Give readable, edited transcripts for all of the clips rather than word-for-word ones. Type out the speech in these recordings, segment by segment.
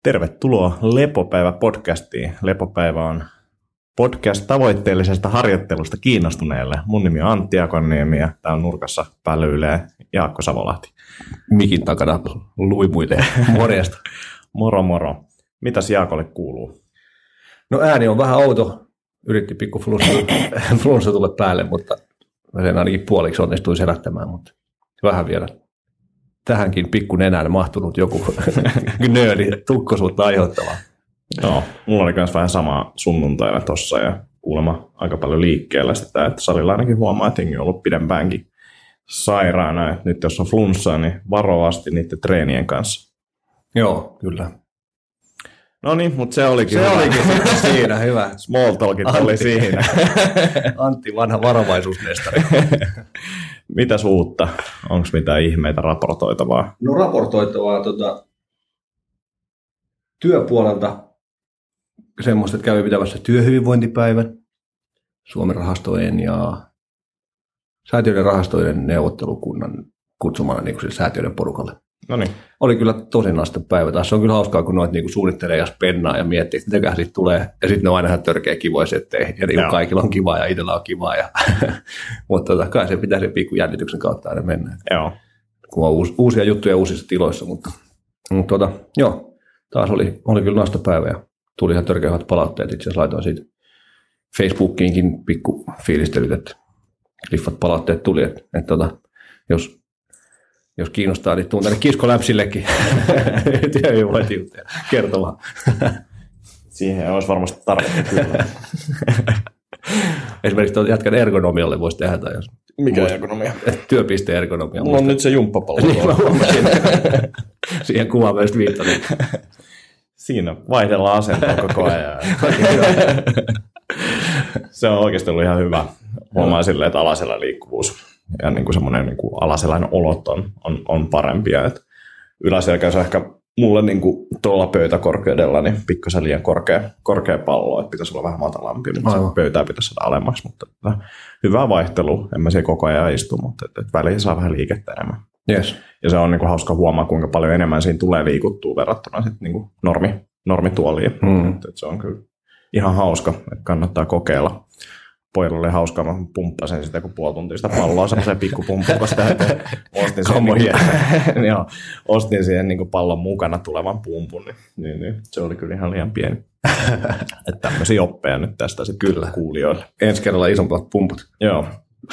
Tervetuloa Lepopäivä-podcastiin. Lepopäivä on podcast tavoitteellisesta harjoittelusta kiinnostuneelle. Mun nimi on Antti Akonniemi ja tää on nurkassa pälyilee Jaakko Savolahti. Mikin takana luimuilee. Morjesta. Moro moro. Mitäs Jaakolle kuuluu? No ääni on vähän outo. Yritti pikku flunssa tulla päälle, mutta mä sen ainakin puoliksi onnistuin selättämään, mutta vähän vielä. Tähänkin pikku nenään mahtunut joku nööri tukkosuutta aiheuttavaa. Joo, mulla oli myös vähän sama sunnuntaina tossa ja kuulemma aika paljon liikkeellä sitä, että salilla ainakin huomaa, että hengi on ollut pidempäänkin sairaana. Että nyt jos on flunssaa, niin varovasti niiden treenien kanssa. Joo, kyllä. No niin, mutta se olikin siinä, hyvä. Small talkit oli siinä. Antti, vanha varovaisuusmestari. Mitäs uutta? Onko mitään ihmeitä raportoitavaa? No raportoitavaa työpuolelta semmoista, että kävi pitämässä työhyvinvointipäivän Suomen rahastojen ja säätiöiden rahastojen neuvottelukunnan kutsumana niin kuin säätiöiden porukalle. Noniin. Oli kyllä tosi nasta päivä. Tässä on kyllä hauskaa, kun noit niinku suunnittelee ja spennaa ja miettii, että mitäkään siitä tulee. Ja sitten ne on aina ihan törkeä kivoja setteihin. Ja niinku kaikilla on kivaa ja itsellä on kivaa. Mutta kai se pitäisi pikku jännityksen kautta aina mennä. Joo. Kun on uusia juttuja uusissa tiloissa. Mutta joo, taas oli kyllä nasta päivä ja tuli ihan törkeä hyvät palautteet. Itse asiassa laitoin siitä Facebookiinkin pikku fiilistelyt, että liffat palautteet tuli. Että jos kiinnostaa, niin tuun tänne Kiskoläpsillekin työhyvinvointijuttuja kertomaan. Siihen olisi varmasti tarvittu kyllä. Esimerkiksi tuon jätkän ergonomialle voisi tehdä. Tai jos mikä ergonomia? Työpiste-ergonomia. Mulla on nyt se jumppapallo. Siihen kuvaan myös viittasin. Siinä vaihdellaan asentoa koko ajan. Se on oikeasti ollut ihan hyvä. Huomaa silleen, että alasella liikkuvuus ja niin kuin semmoinen niin kuin alasellainen olot on parempia. Että yläselkä on ehkä mulle niin kuin tuolla pöytäkorkeudella niin pikkasen liian korkea pallo, että pitäisi olla vähän matalampi, mutta pöytää pitäisi saada alemmaksi. Mutta hyvä vaihtelu, en mä siellä koko ajan istu, mutta väliin saa vähän liikettä enemmän. Yes. Ja se on niin kuin hauska huomaa, kuinka paljon enemmän siinä tulee liikuttua verrattuna sitten niin kuin normituoliin. Että se on kyllä ihan hauska, että kannattaa kokeilla. Pojalla oli hauskaa, mä pumppasin sitä kuin puoli tuntia sitä palloa semmoiseen pikkupumppuun, koska ostin siihen niin kuin pallon mukana tulevan pumpun, niin se oli kyllä ihan liian pieni. Että tämmöisiä oppeja nyt tästä sitten kyllä kuulijoille. Ensi kerralla isompat pumput. Joo.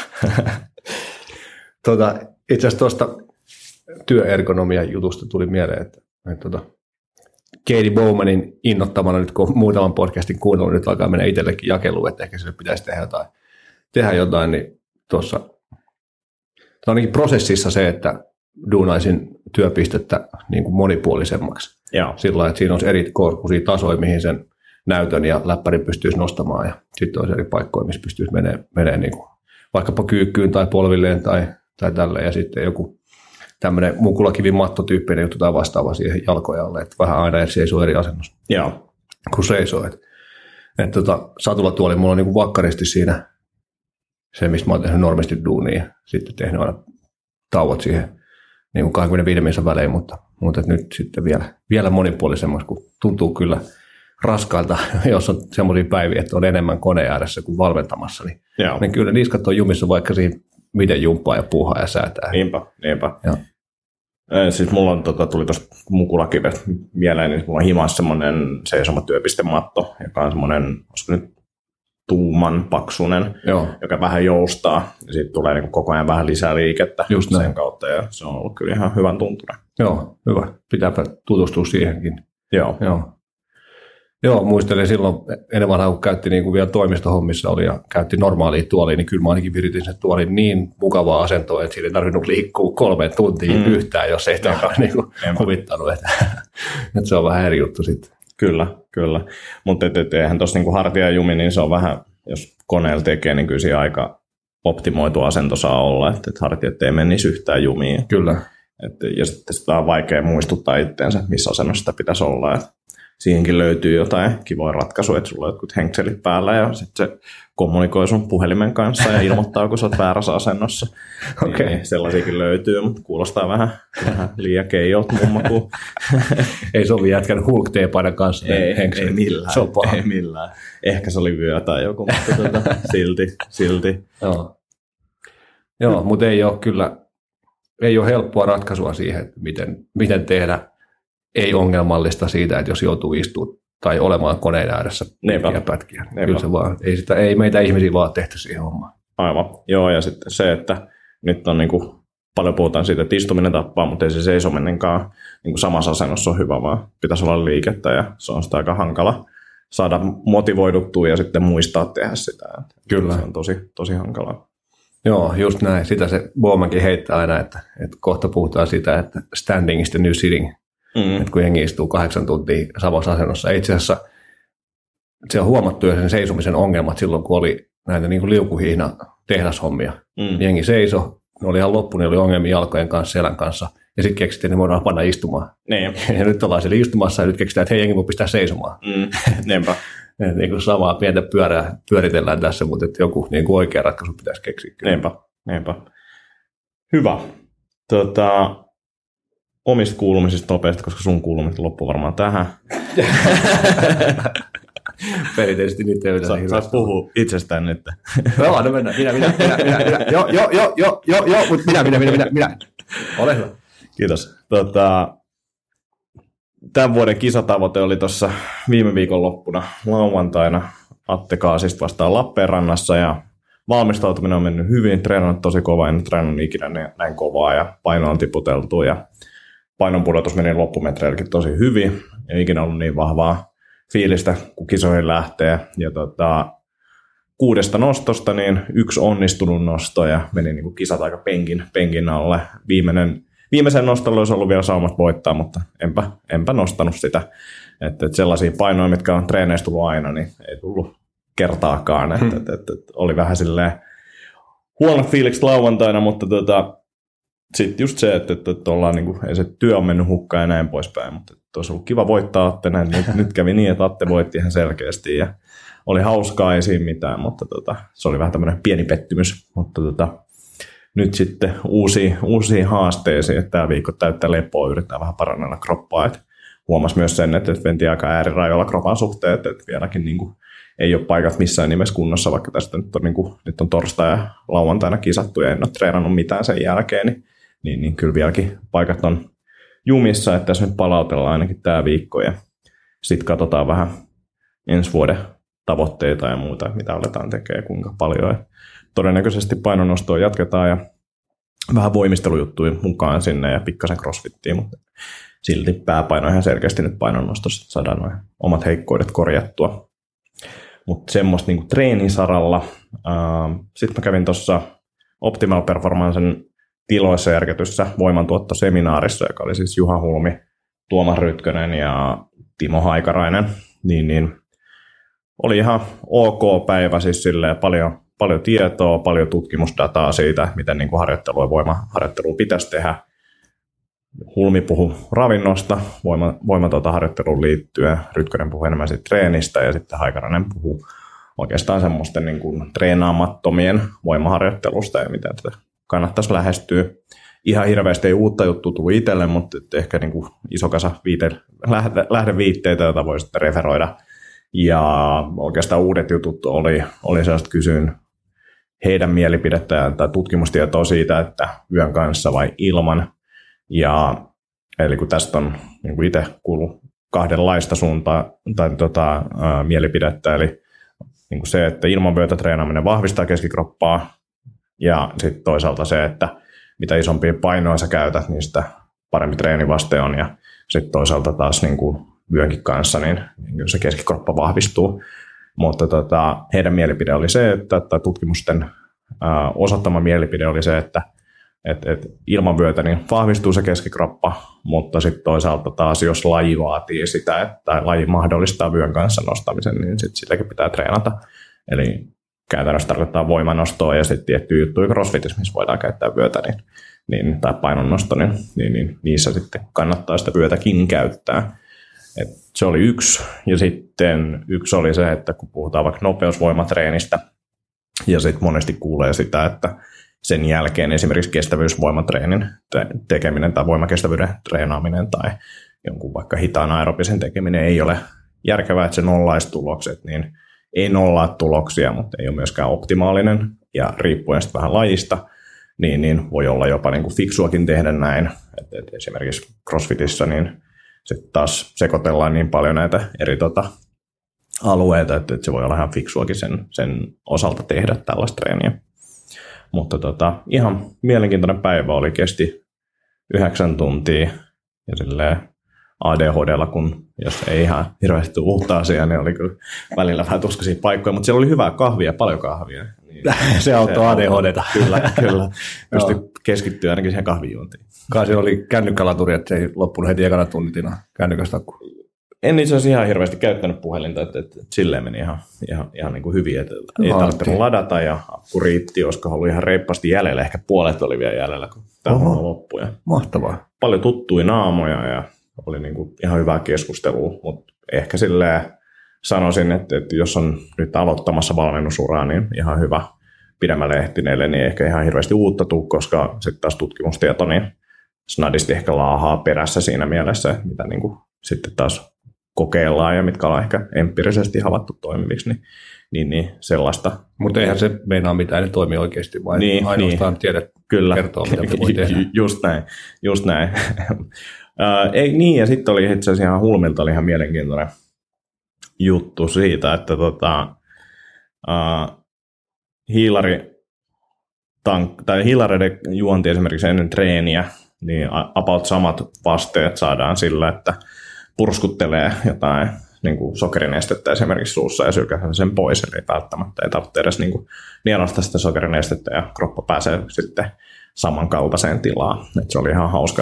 Itse asiassa tuosta työergonomian jutusta tuli mieleen, että Katie Bowmanin innottamana nyt, kun muutaman podcastin kuunnellut, nyt alkaa mennä itsellekin jakeluun, että ehkä sille pitäisi tehdä jotain, niin tuossa on ainakin prosessissa se, että duunaisin työpistettä niin kuin monipuolisemmaksi. Sillä lailla, että siinä on eri korkuisia tasoja, mihin sen näytön ja läppärin pystyisi nostamaan, ja sitten olisi eri paikkoja, missä pystyisi menee niin kuin vaikkapa kyykkyyn tai polvilleen tai tälleen, ja sitten joku tämmöinen mukulakivimattotyyppinen juttu tai vastaava siihen jalkoja alle, että vähän aina seisoo eri asennossa. Joo. Kun seisoo. Satulatuoli mulla on niin vakkaristi siinä se, mistä mä oon tehnyt normisti duunia, ja sitten tehnyt aina tauot siihen niin 25 minuutin välein, mutta nyt sitten vielä monipuolisemmaksi, kun tuntuu kyllä raskailta, jos on semmoisia päiviä, että on enemmän koneen ääressä kuin valmentamassa, niin kyllä niskat on jumissa vaikka siihen miten jumppaa ja puuhaa ja säätää. Niinpä. Siis mulla on, tuli tuosta mukulakivestä mieleen, niin mulla on himassa semmoinen seisoma työpistematto, joka on semmoinen, olisiko nyt tuuman paksunen, joka vähän joustaa, ja siitä tulee niin koko ajan vähän lisää liikettä just sen kautta, ja se on ollut kyllä ihan hyvän tuntunen. Joo, hyvä. Pitääpä tutustua siihenkin. Joo, muistelin silloin ennen vanhaa, kun käytti niin kuin vielä toimistohommissa oli ja käytti normaalia tuolia, niin kyllä mä ainakin viritin sen tuolin niin mukavaa asentoa, että siinä ei tarvinnut liikkua 3 tuntia yhtään, jos ei sitä niin huvittanut. Että se on vähän eri juttu sitten. Kyllä. Mutta eihän tuossa niin hartiajumi, niin se on vähän, jos koneella tekee, niin kyllä siinä aika optimoitu asento saa olla, että hartiat ei menisi yhtään jumiin. Kyllä. Ja sitten sitä on vaikea muistuttaa itseensä, missä asennossa sitä pitäisi olla. siihenkin löytyy jotain kivoja ratkaisuja, että sulla on jotkut henkselit päällä ja sitten se kommunikoi sun puhelimen kanssa ja ilmoittaa, kun sä oot väärässä asennossa. Okay. Niin, sellaisiakin löytyy, mutta kuulostaa vähän liian keijolta mummakuun. Ei sovi jätkän Hulk-teepaidan kanssa. Ei millään. Se on paha. Ei millään. Ehkä se oli vyö tai joku, mutta silti. Joo, mutta ei ole helppoa ratkaisua siihen, että miten tehdä ei-ongelmallista siitä, että jos joutuu istumaan tai olemaan koneen ääressä pätkiä. Kyllä se vaan, ei meitä ihmisiä vaan tehty siihen hommaan. Aivan, joo, ja sitten se, että nyt on paljon puhutaan siitä, että istuminen tappaa, mutta ei se seisominenkaan samassa asennossa on hyvä, vaan pitäisi olla liikettä, ja se on sitä aika hankala saada motivoiduttua ja sitten muistaa tehdä sitä. Kyllä. Se on tosi hankalaa. Joo, just näin. Sitä se Bowmankin heittää aina, että kohta puhutaan sitä, että standing is the new sitting. Että kun jengi istuu 8 tuntia samassa asennossa. Itse asiassa se on huomattu jo sen seisomisen ongelmat silloin, kun oli näitä niin kuin liukuhihna tehdashommia. Jengi seiso, ne oli ihan loppu, ne oli ongelmia jalkojen kanssa, selän kanssa. Ja sitten keksittiin, että ne voidaan panna istumaan. Niin. Ja nyt ollaan siellä istumassa ja nyt keksitään, että hei, jengi voi pistää seisomaan. Niinpä. Niin kuin samaa pientä pyörää pyöritellään tässä, mutta että joku niin kuin oikea ratkaisu pitäisi keksiä. Niinpä. Hyvä. Omista kuulumisista nopeasti, koska sun kuulumiset loppuu varmaan tähän. Perinteisesti nyt ei yleensä. Saat puhua itsestään nyt. Joo, no mennään. Minä. Joo, mutta minä. Ole hyvä. Kiitos. Tämän vuoden kisatavoite oli tuossa viime viikon loppuna lauantaina Atte Kaasista vastaan Lappeenrannassa ja valmistautuminen on mennyt hyvin, treenannut tosi kovaa, en treenannut ikinä näin kovaa ja paino on tiputeltu ja painon pudotus meni loppumetreilläkin tosi hyvin. Ei ikinä ollut niin vahvaa fiilistä, kun kisoihin lähtee. Ja 6 nostosta niin 1 onnistunut nosto ja meni niin kuin kisat aika penkin alle. Viimeisen nostolla olisi ollut vielä saumat voittaa, mutta enpä nostanut sitä. Että sellaisia painoja, mitkä on treeneissä tullut aina, niin ei tullut kertaakaan. Että oli vähän silleen huono fiiliksi lauantaina, mutta sitten just se, että ollaan niinku, ei se työ on mennyt hukkaan ja näin poispäin, mutta olisi ollut kiva voittaa Atte näin. Nyt kävi niin, että Atte voitti ihan selkeästi ja oli hauskaa, ei siinä mitään, mutta se oli vähän tämmöinen pieni pettymys, mutta nyt sitten uusiin haasteisiin, että tämä viikko täyttää lepoa, yritetään vähän parannella kroppaa, että huomasi myös sen, että mentiin aika äärirajoilla kropan suhteen, että vieläkin niinku ei ole paikat missään nimessä kunnossa, vaikka tästä nyt on torstai ja lauantaina kisattu ja en ole treenannut mitään sen jälkeen, niin kyllä vieläkin paikat on jumissa, että tässä nyt palautellaan ainakin tämä viikko ja sitten katsotaan vähän ensi vuoden tavoitteita ja muuta, mitä aletaan tekemään, kuinka paljon. Ja todennäköisesti painonnostoa jatketaan ja vähän voimistelujuttuja mukaan sinne ja pikkasen crossfittiin, mutta silti pääpaino ihan selkeästi nyt painonnostossa, että saadaan nuo omat heikkoudet korjattua. Mutta semmoista niinku treenisaralla. Sitten mä kävin tuossa Optimal Performancen tiloissa järketyssä voimantuottoseminaarissa, joka oli siis Juha Hulmi, Tuomas Rytkönen ja Timo Haikarainen. Niin oli ihan ok päivä, siis silleen paljon tietoa, paljon tutkimusdataa siitä, miten niin kuin harjoittelua ja voimaharjoittelua pitäisi tehdä. Hulmi puhui ravinnosta, voimaharjoitteluun liittyen, Rytkönen puhui enemmän siitä treenistä ja sitten Haikarainen puhui oikeastaan semmoisten niin kuin treenaamattomien voimaharjoittelusta ja miten tätä kannattaisi lähestyä. Ihan hirveästi ei uutta juttua tullut itselle, mutta ehkä niin kuin iso kasa lähdeviitteitä, joita voi sitten referoida. Ja oikeastaan uudet jutut oli sellaista, kysyin heidän mielipidettään tai tutkimustietoa siitä, että yön kanssa vai ilman. Ja eli kun tästä on niin kuin itse kuullut kahdenlaista suuntaa tai mielipidettä, eli niin kuin se, että ilman vyötä treenaaminen vahvistaa keskikroppaa, ja sitten toisaalta se, että mitä isompia painoja sä käytät, niin sitä parempi treenivaste on, ja sitten toisaalta taas niin kuin vyönkin kanssa, niin se keskikroppa vahvistuu. Mutta heidän mielipide oli se, että tutkimusten osoittama mielipide oli se, että ilman vyötä niin vahvistuu se keskikroppa, mutta sitten toisaalta taas, jos laji vaatii sitä, että laji mahdollistaa vyön kanssa nostamisen, niin sitten sitäkin pitää treenata. Eli käytännössä tarkoittaa voimanostoa ja sitten tiettyjä juttuja crossfitissä, missä voidaan käyttää vyötä, tai painonnosto, niin niissä sitten kannattaa sitä vyötäkin käyttää. Et se oli yksi. Ja sitten yksi oli se, että kun puhutaan vaikka nopeusvoimatreenistä, ja sitten monesti kuulee sitä, että sen jälkeen esimerkiksi kestävyysvoimatreenin tekeminen tai voimakestävyyden treenaaminen tai jonkun vaikka hitaan aerobisen tekeminen ei ole järkevää, että se nollaisi tulokset, niin ei nollaa tuloksia, mutta ei ole myöskään optimaalinen, ja riippuen sitten vähän lajista, niin voi olla jopa niin kuin fiksuakin tehdä näin. Et esimerkiksi CrossFitissä niin sitten taas sekoitellaan niin paljon näitä eri alueita, että se voi olla ihan fiksuakin sen osalta tehdä tällaista treeniä. Mutta ihan mielenkiintoinen päivä oli, kesti 9 tuntia ja silleen ADHDlla, kun jos ei ihan hirveästi uutta asiaa, niin oli kyllä välillä vähän tuskaisia paikkoja, mutta siellä oli hyvää kahvia, paljon kahvia. Niin se auttoi ADHDta. Kyllä. Pystyi keskittyä ainakin siihen kahvijuontiin. Kai se oli kännykkälaturi, että se ei loppunut heti ekana tunnitina kännykästä. En itse asiassa ihan hirveästi käyttänyt puhelinta, että silleen meni ihan niin kuin hyvin, että ei tarvitse ladata ja akku riitti, koska oli ihan reippaasti jäljellä, ehkä puolet oli vielä jäljellä, kun tämä loppui. Mahtavaa. Paljon tuttuja naamoja ja oli niin kuin ihan hyvää keskustelua, mutta ehkä silleen sanoisin, että jos on nyt aloittamassa valmennusuraa, niin ihan hyvä pidemmälle ehtineelle, niin ehkä ihan hirveästi uutta tuu, koska sitten taas tutkimustieto niin snadisti ehkä laahaa perässä siinä mielessä, mitä niin kuin sitten taas kokeillaan ja mitkä ollaan ehkä empiirisesti havaittu toimiviksi, niin sellaista. Mutta eihän se meinaa mitään, ne toimii oikeasti, vai ainoastaan tiedät kertoo, mitä me voi tehdä. Just näin. Ei niin, ja sitten oli itse asiassa ihan Hulmilta oli ihan mielenkiintoinen juttu siitä, että hiilareiden juonti esimerkiksi ennen treeniä, niin about samat vasteet saadaan sillä, että purskuttelee jotain niin kuin sokerinestettä esimerkiksi suussa ja sylkäsee sen pois, eli välttämättä ei tarvitse edes niin nielasta sitä sokerinestettä ja kroppa pääsee sitten samankaltaiseen tilaan. Et se oli ihan hauska.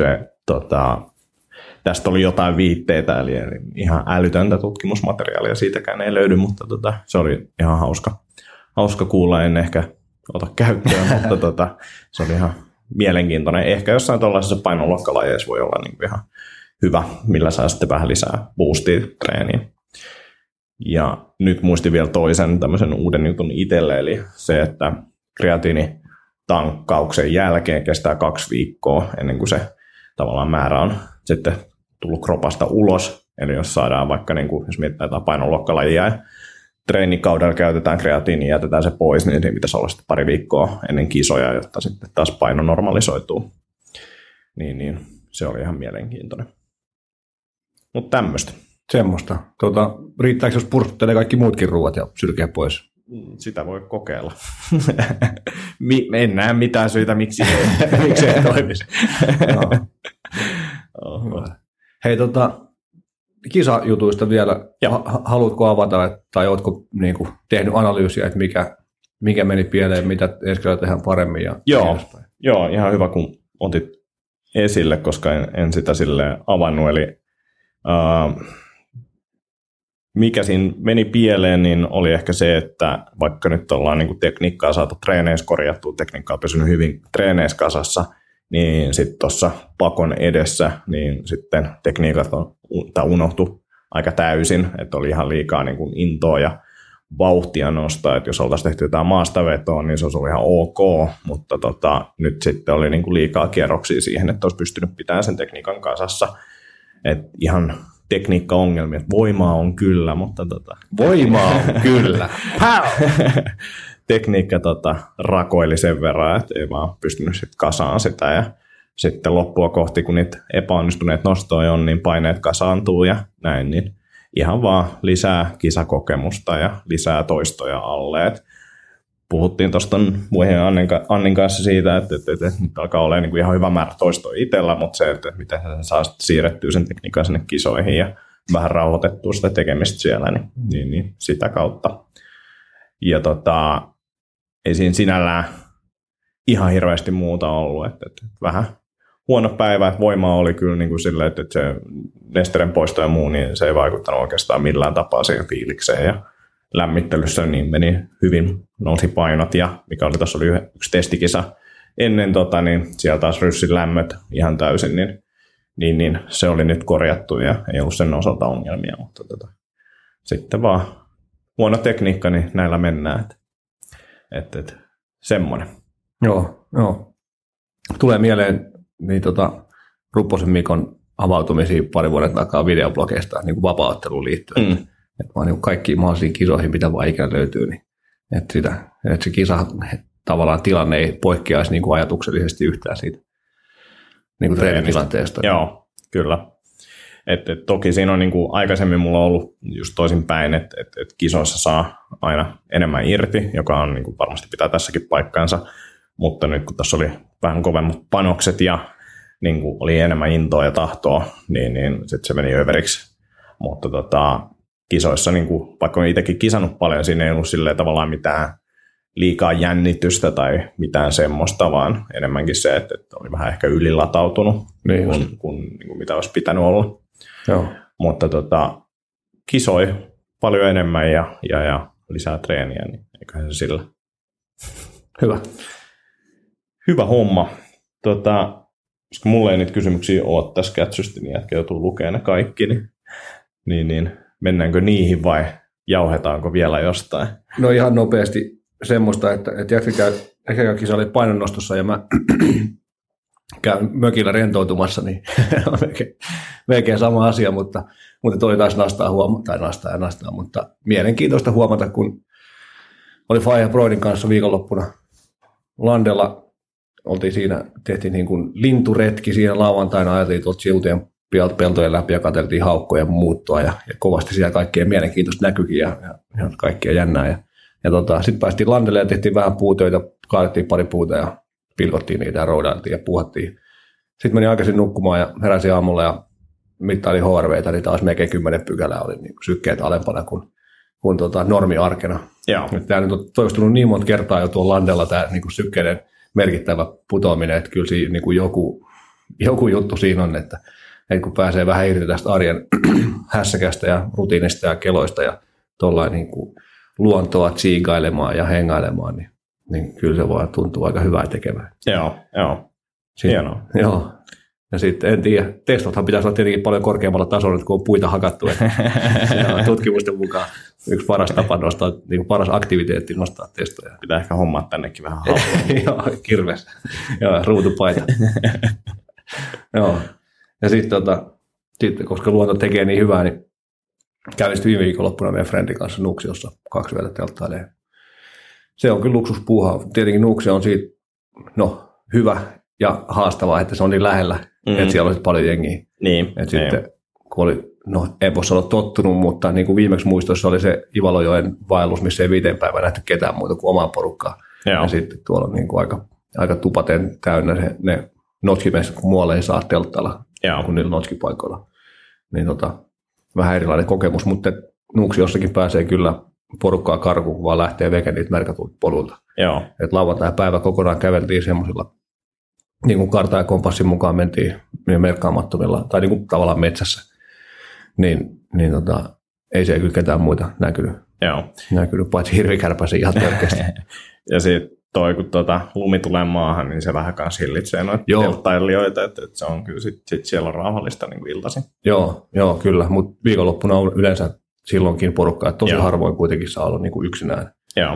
Tästä oli jotain viitteitä, eli ihan älytöntä tutkimusmateriaalia, siitäkään ei löydy, mutta se oli ihan hauska kuulla, en ehkä ota käyttöön, mutta se oli ihan mielenkiintoinen. Ehkä jossain tuollaisessa painonluokkalajeissa voi olla niin ihan hyvä, millä saa sitten vähän lisää boostia treeniin. Ja nyt muistin vielä toisen tämmöisen uuden jutun itselle, eli se, että kreatiinitankkauksen jälkeen kestää 2 viikkoa ennen kuin se tavallaan määrä on sitten tullut kropasta ulos. Eli jos saadaan vaikka, niin kuin, jos mietitään jotain painonluokkalajia ja treenikaudella käytetään kreatiinia ja jätetään se pois, niin siinä pitäisi olla sitten 2 viikkoa ennen kisoja, jotta sitten taas paino normalisoituu. Niin se oli ihan mielenkiintoinen. Mutta tämmöistä. Semmoista. Riittääkö, jos purskuttelee kaikki muutkin ruuat ja sylkee pois? Sitä voi kokeilla. En näe mitään syytä, miksi ei toimisi. Hei, kisajutuista vielä. Haluatko avata, tai oletko niin tehnyt analyysiä, että mikä meni pieleen, mitä ensi kerralla tehdään paremmin? Joo, ihan hyvä, kun otit esille, koska en sitä silleen avannut. Eli mikä siinä meni pieleen, niin oli ehkä se, että vaikka nyt ollaan niin kuin tekniikkaa saatu treeneissä korjattua, tekniikkaa on pysynyt hyvin treeneissä kasassa, niin sitten tuossa pakon edessä, niin sitten tekniikat unohtui aika täysin, että oli ihan liikaa niin kuin intoa ja vauhtia nostaa, että jos oltaisiin tehty jotain maastavetoa, niin se olisi ollut ihan ok, mutta nyt sitten oli niin kuin liikaa kierroksia siihen, että olisi pystynyt pitämään sen tekniikan kasassa. Että ihan tekniikkaongelmia, että voimaa on kyllä, mutta voimaa on kyllä. Tekniikka rakoili sen verran, että ei vaan pystynyt sitten kasaan sitä ja sitten loppua kohti, kun niitä epäonnistuneet nostoja on, niin paineet kasaantuu ja näin, niin ihan vaan lisää kisakokemusta ja lisää toistoja alle. Et puhuttiin tuosta muihin Annin kanssa siitä, että nyt alkaa olla niin kuin ihan hyvä määrä toistoja itsellä, mutta se, että miten se saa siirrettyä sen tekniikan sinne kisoihin ja vähän rauhoitettua sitä tekemistä siellä, niin sitä kautta. Ja ei siinä sinällään ihan hirveästi muuta ollut, että vähän huono päivä, että voimaa oli kyllä niin kuin silleen, että se nesteiden poisto ja muu, niin se ei vaikuttanut oikeastaan millään tapaa siihen fiilikseen ja lämmittelyssä niin meni hyvin, nousi painot ja mikä oli tuossa oli yksi testikisa ennen, niin siellä taas ryssin lämmöt ihan täysin, niin niin se oli nyt korjattu ja ei ollut sen osalta ongelmia, mutta sitten vaan huono tekniikka, niin näillä mennään. Semmoinen. Joo. Tulee mieleen niin Rupposen Mikon avautumisia pari vuoden takaa videoblogeista niin kuin vapaa-otteluun liittyen. Että vaan niin kaikkiin mahdollisiin kisoihin, mitä vaan ikinä löytyy, niin että se kisa tavallaan tilanne ei poikkeaisi niin kuin ajatuksellisesti yhtään siitä niin kuin treenitilanteesta. Joo, kyllä. Toki siinä on niin kuin aikaisemmin mulla ollut just toisinpäin, että kisoissa saa aina enemmän irti, joka on niin kuin varmasti pitää tässäkin paikkaansa, mutta nyt kun tässä oli vähän kovemmat panokset ja niin kuin oli enemmän intoa ja tahtoa, niin sitten se meni överiksi. Mutta kisoissa, niin kuin, vaikka olen itsekin kisannut paljon, siinä ei ollut silleen tavallaan mitään liikaa jännitystä tai mitään semmoista, vaan enemmänkin se, että oli vähän ehkä ylilatautunut, kuin mitä olisi pitänyt olla. Joo. Mutta kisoi paljon enemmän ja lisää treeniä, niin eiköhän se sillä. Hyvä homma. Koska mulla ei niitä kysymyksiä ole tässä kätsysti, niin jätkä joutuu lukemaan ne kaikki, niin mennäänkö niihin vai jauhetaanko vielä jostain? No ihan nopeasti semmoista, että jätkä kisa oli painonnostossa ja mä käyn mökillä rentoutumassa, niin melkein sama asia, mutta oli taas nastaa, mutta mielenkiintoista huomata, kun oli Faija Broidin kanssa viikonloppuna Landella, oltiin siinä, tehtiin niin kuin linturetki siinä lauantaina, ajateltiin tuolta siuteen peltojen läpi ja katseltiin haukkoja ja muuttoa ja kovasti siellä kaikkea mielenkiintoista näkyikin ja kaikkea jännää. Ja sitten päästiin Landelle ja tehtiin vähän puutöitä, kaadettiin pari puuta ja pilkottiin niitä ja roudailtiin ja puuhattiin. Sitten menin aikaisin nukkumaan ja heräsin aamulla ja mittailin HRVtä, niin taas melkein 10 pykälää oli niin sykkeet alempana kuin normiarkena. Tämä nyt on toistunut niin monta kertaa jo tuolla Landella tämä niin sykkeiden merkittävä putoaminen, että kyllä siinä, niin kuin joku juttu siinä on, että kun pääsee vähän irti tästä arjen hässäkästä ja rutiinista ja keloista ja tuollain niin kuin luontoa tsiigailemaan ja hengailemaan, niin kyllä se voi tuntua aika hyvää tekemään. Joo. Hienoa. Joo. Ja sitten en tiedä, testothan pitäisi olla tietenkin paljon korkeammalla tasolla, kun on puita hakattu. Tutkimusten mukaan yksi paras tapa nostaa, niin kuin paras aktiviteetti nostaa testoja. Pitää ehkä hommaa tännekin vähän halua. Joo, kirves. Joo, ruutupaita. Joo. Ja sitten, koska luonto tekee niin hyvää, niin kävin sitten viime viikonloppuna meidän friendin kanssa Nuuksiossa 2 yötä telttailemaan. Se on kyllä luksuspuuhaa. Tietenkin Nuuksio on siitä hyvä ja haastavaa, että se on niin lähellä, että siellä olisi paljon jengiä. Niin. Sitten kun oli, ei voisi olla tottunut, mutta niin kuin viimeksi muistossa oli se Ivalojoen vaellus, missä ei 5 päivää nähty ketään muuta kuin omaa porukkaa. Joo. Ja sitten tuolla on niin kuin aika tupaten täynnä ne notskimestat, kun muualle ei saa telttailla kuin niillä notskipaikoilla. Niin vähän erilainen kokemus, mutta Nuuksiossakin pääsee kyllä porukkaa karkuun, kun vaan lähtee veke niitä merkatuilta poluilta. Että lauantai-päivä kokonaan käveltiin semmoisilla, niin kuin kartan ja kompassin mukaan mentiin merkkaamattomilla, tai niin kuin tavallaan metsässä. Niin ei se kyllä ketään muita näkynyt paitsi hirvikärpäisen ihan törkeästi. Ja sitten kun lumi tulee maahan, niin se vähän kanssa hillitsee noita telttailijoita, että se on kyllä sit siellä on rauhallista niin kuin iltaisin. Joo, kyllä, mutta viikonloppuna on yleensä silloinkin porukkaa, että tosi harvoin kuitenkin saa olla niin kuin yksinään.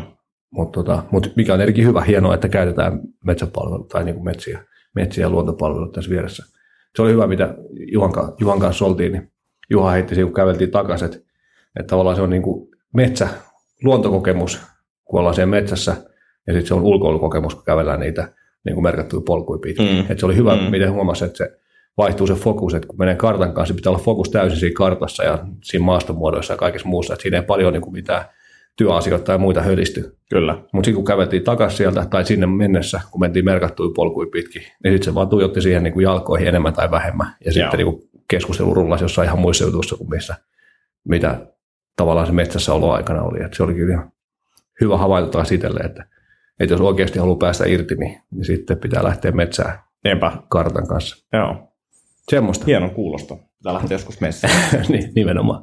Mutta mikä on erikin hyvä, hienoa, että käytetään metsäpalveluita tai niin kuin metsiä ja luontopalveluita tässä vieressä. Se oli hyvä, mitä Juhan kanssa oltiin, niin Juha heitti siinä, kun käveltiin takaisin, että tavallaan se on niin kuin luontokokemus, kun ollaan siellä metsässä, ja sitten se on ulkoilukokemus, kun kävellään niitä niin kuin merkattuja polkuja pitkin. Se oli hyvä, miten huomasi, että se vaihtuu se fokus, että kun menee kartan kanssa, pitää olla fokus täysin siinä kartassa ja siinä maastomuodoissa ja kaikessa muussa, että siinä ei paljon niin kuin mitään työasioita tai muita hölisty. Kyllä. Mutta sitten kun käveltiin takaisin sieltä tai sinne mennessä, kun mentiin merkattuja polkuja pitkin, niin sitten se vaan tuijotti siihen niin kuin jalkoihin enemmän tai vähemmän. Ja sitten niin kuin keskustelu rullasi jossain ihan muissa jutuissa kuin mitä tavallaan se metsässä oloaikana oli. Et se oli kyllä hyvä havainto taas itselle, että jos oikeasti haluaa päästä irti, niin sitten pitää lähteä metsään kartan kanssa. Joo. Semmosta. Hienon kuulosta. Pitää lähteä joskus messään. Niin, nimenomaan.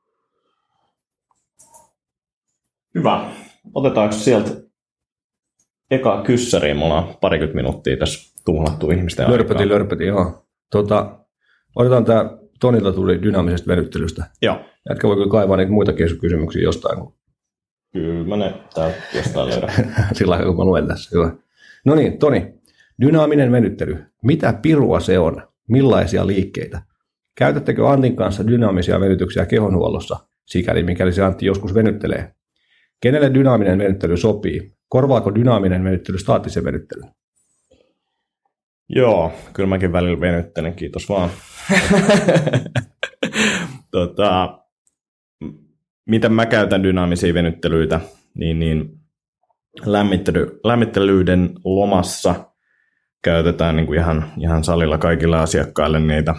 Hyvä. Otetaanko sieltä ekaa kyssäriin? Me ollaan 20 minuuttia tässä tuhlattu ihmisten aikaa. Lörpötin, joo. Otetaan tämä Tonilta tuli dynaamisesta venyttelystä. Joo. Jätkä voi kyllä kaivaa niitä muitakin kysymyksiä jostain. Kyllä mä ne täältä jostain löydän. Sillä lailla, kun mä luen tässä. Hyvä. No niin, Toni. Dynaaminen venyttely. Mitä pirua se on? Millaisia liikkeitä? Käytättekö Antin kanssa dynaamisia venytyksiä kehonhuollossa, sikäli mikäli se Antti joskus venyttelee? Kenelle dynaaminen venyttely sopii? Korvaako dynaaminen venyttely staattisen venyttelyn? Joo, kyllä mäkin välillä venyttelen, kiitos vaan. Miten mä käytän dynaamisia venyttelyitä, niin lämmittelyiden lomassa käytetään niin kuin ihan salilla kaikille asiakkaille niitä.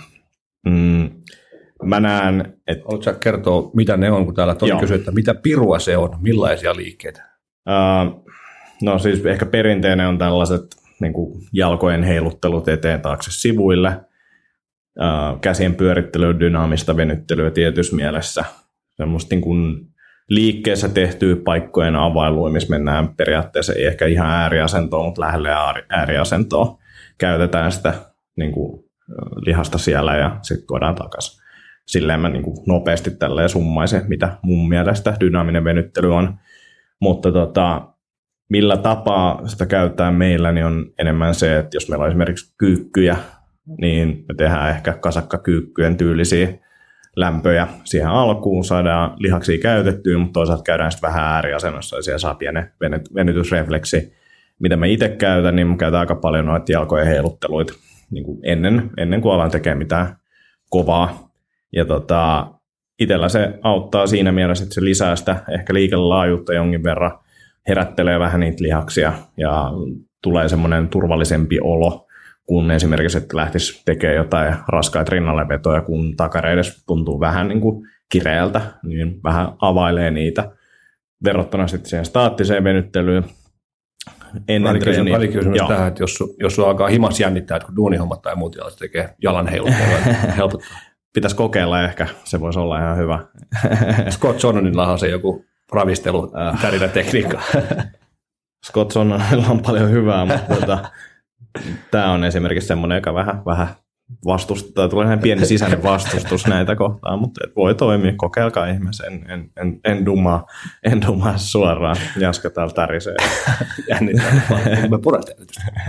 Mä näen, että... Haluatko sä kertoa, mitä ne on, kun täällä Toni kysyy, että mitä pirua se on, millaisia liikkeitä? No siis ehkä perinteinen on tällaiset niin kuin jalkojen heiluttelut eteen taakse sivuille, käsien pyörittely, dynaamista venyttelyä tietyssä mielessä. Semmoista niin kuin liikkeessä tehtyä paikkojen availua, missä mennään periaatteessa ei ehkä ihan ääriasentoon, mutta lähelle ääriasentoon. Käytetään sitä niin kuin lihasta siellä ja sitten tuodaan takaisin. Silleen mä niin kuin nopeasti tälleen summaisen, mitä mun mielestä dynaaminen venyttely on. Mutta millä tapaa sitä käytetään meillä, niin on enemmän se, että jos meillä on esimerkiksi kyykkyjä, niin me tehdään ehkä kasakkakyykkyjen tyylisiä lämpöjä siihen alkuun, saadaan lihaksia käytettyä, mutta toisaalta käydään sitten vähän ääriasennossa ja siellä saa pienen venytysrefleksi. Mitä mä itse käytän, niin mä käytän aika paljon noita jalkojen heilutteluita niin kuin ennen kuin alan tekemään mitään kovaa. Ja itsellä se auttaa siinä mielessä, että se lisää sitä ehkä liikelaajuutta jonkin verran, herättelee vähän niitä lihaksia ja tulee semmoinen turvallisempi olo, kun esimerkiksi että lähtisi tekemään jotain raskaita rinnallevetoja, kun takareides tuntuu vähän niin kuin kireältä, niin vähän availee niitä verrattuna sitten siihen staattiseen venyttelyyn. Välikysymys tähän, että jos sun alkaa himas jännittää, että kun duunihommat tai muut jalat tekee jalan heiluttelua, helpottaa. Pitäisi kokeilla ehkä, se voisi olla ihan hyvä. Scott Sonnonilla on se joku ravistelu, tärinä tekniikka. Scott Sonnonilla on paljon hyvää, mutta tämä on esimerkiksi semmoinen, joka vähän vastustaa, tulee ihan pieni sisäinen vastustus näitä kohtaan, mutta voi toimia, kokeilkaa ihmeessä, en dumaa suoraan, Jaska täällä tärisee. Jännittää, me puretaan.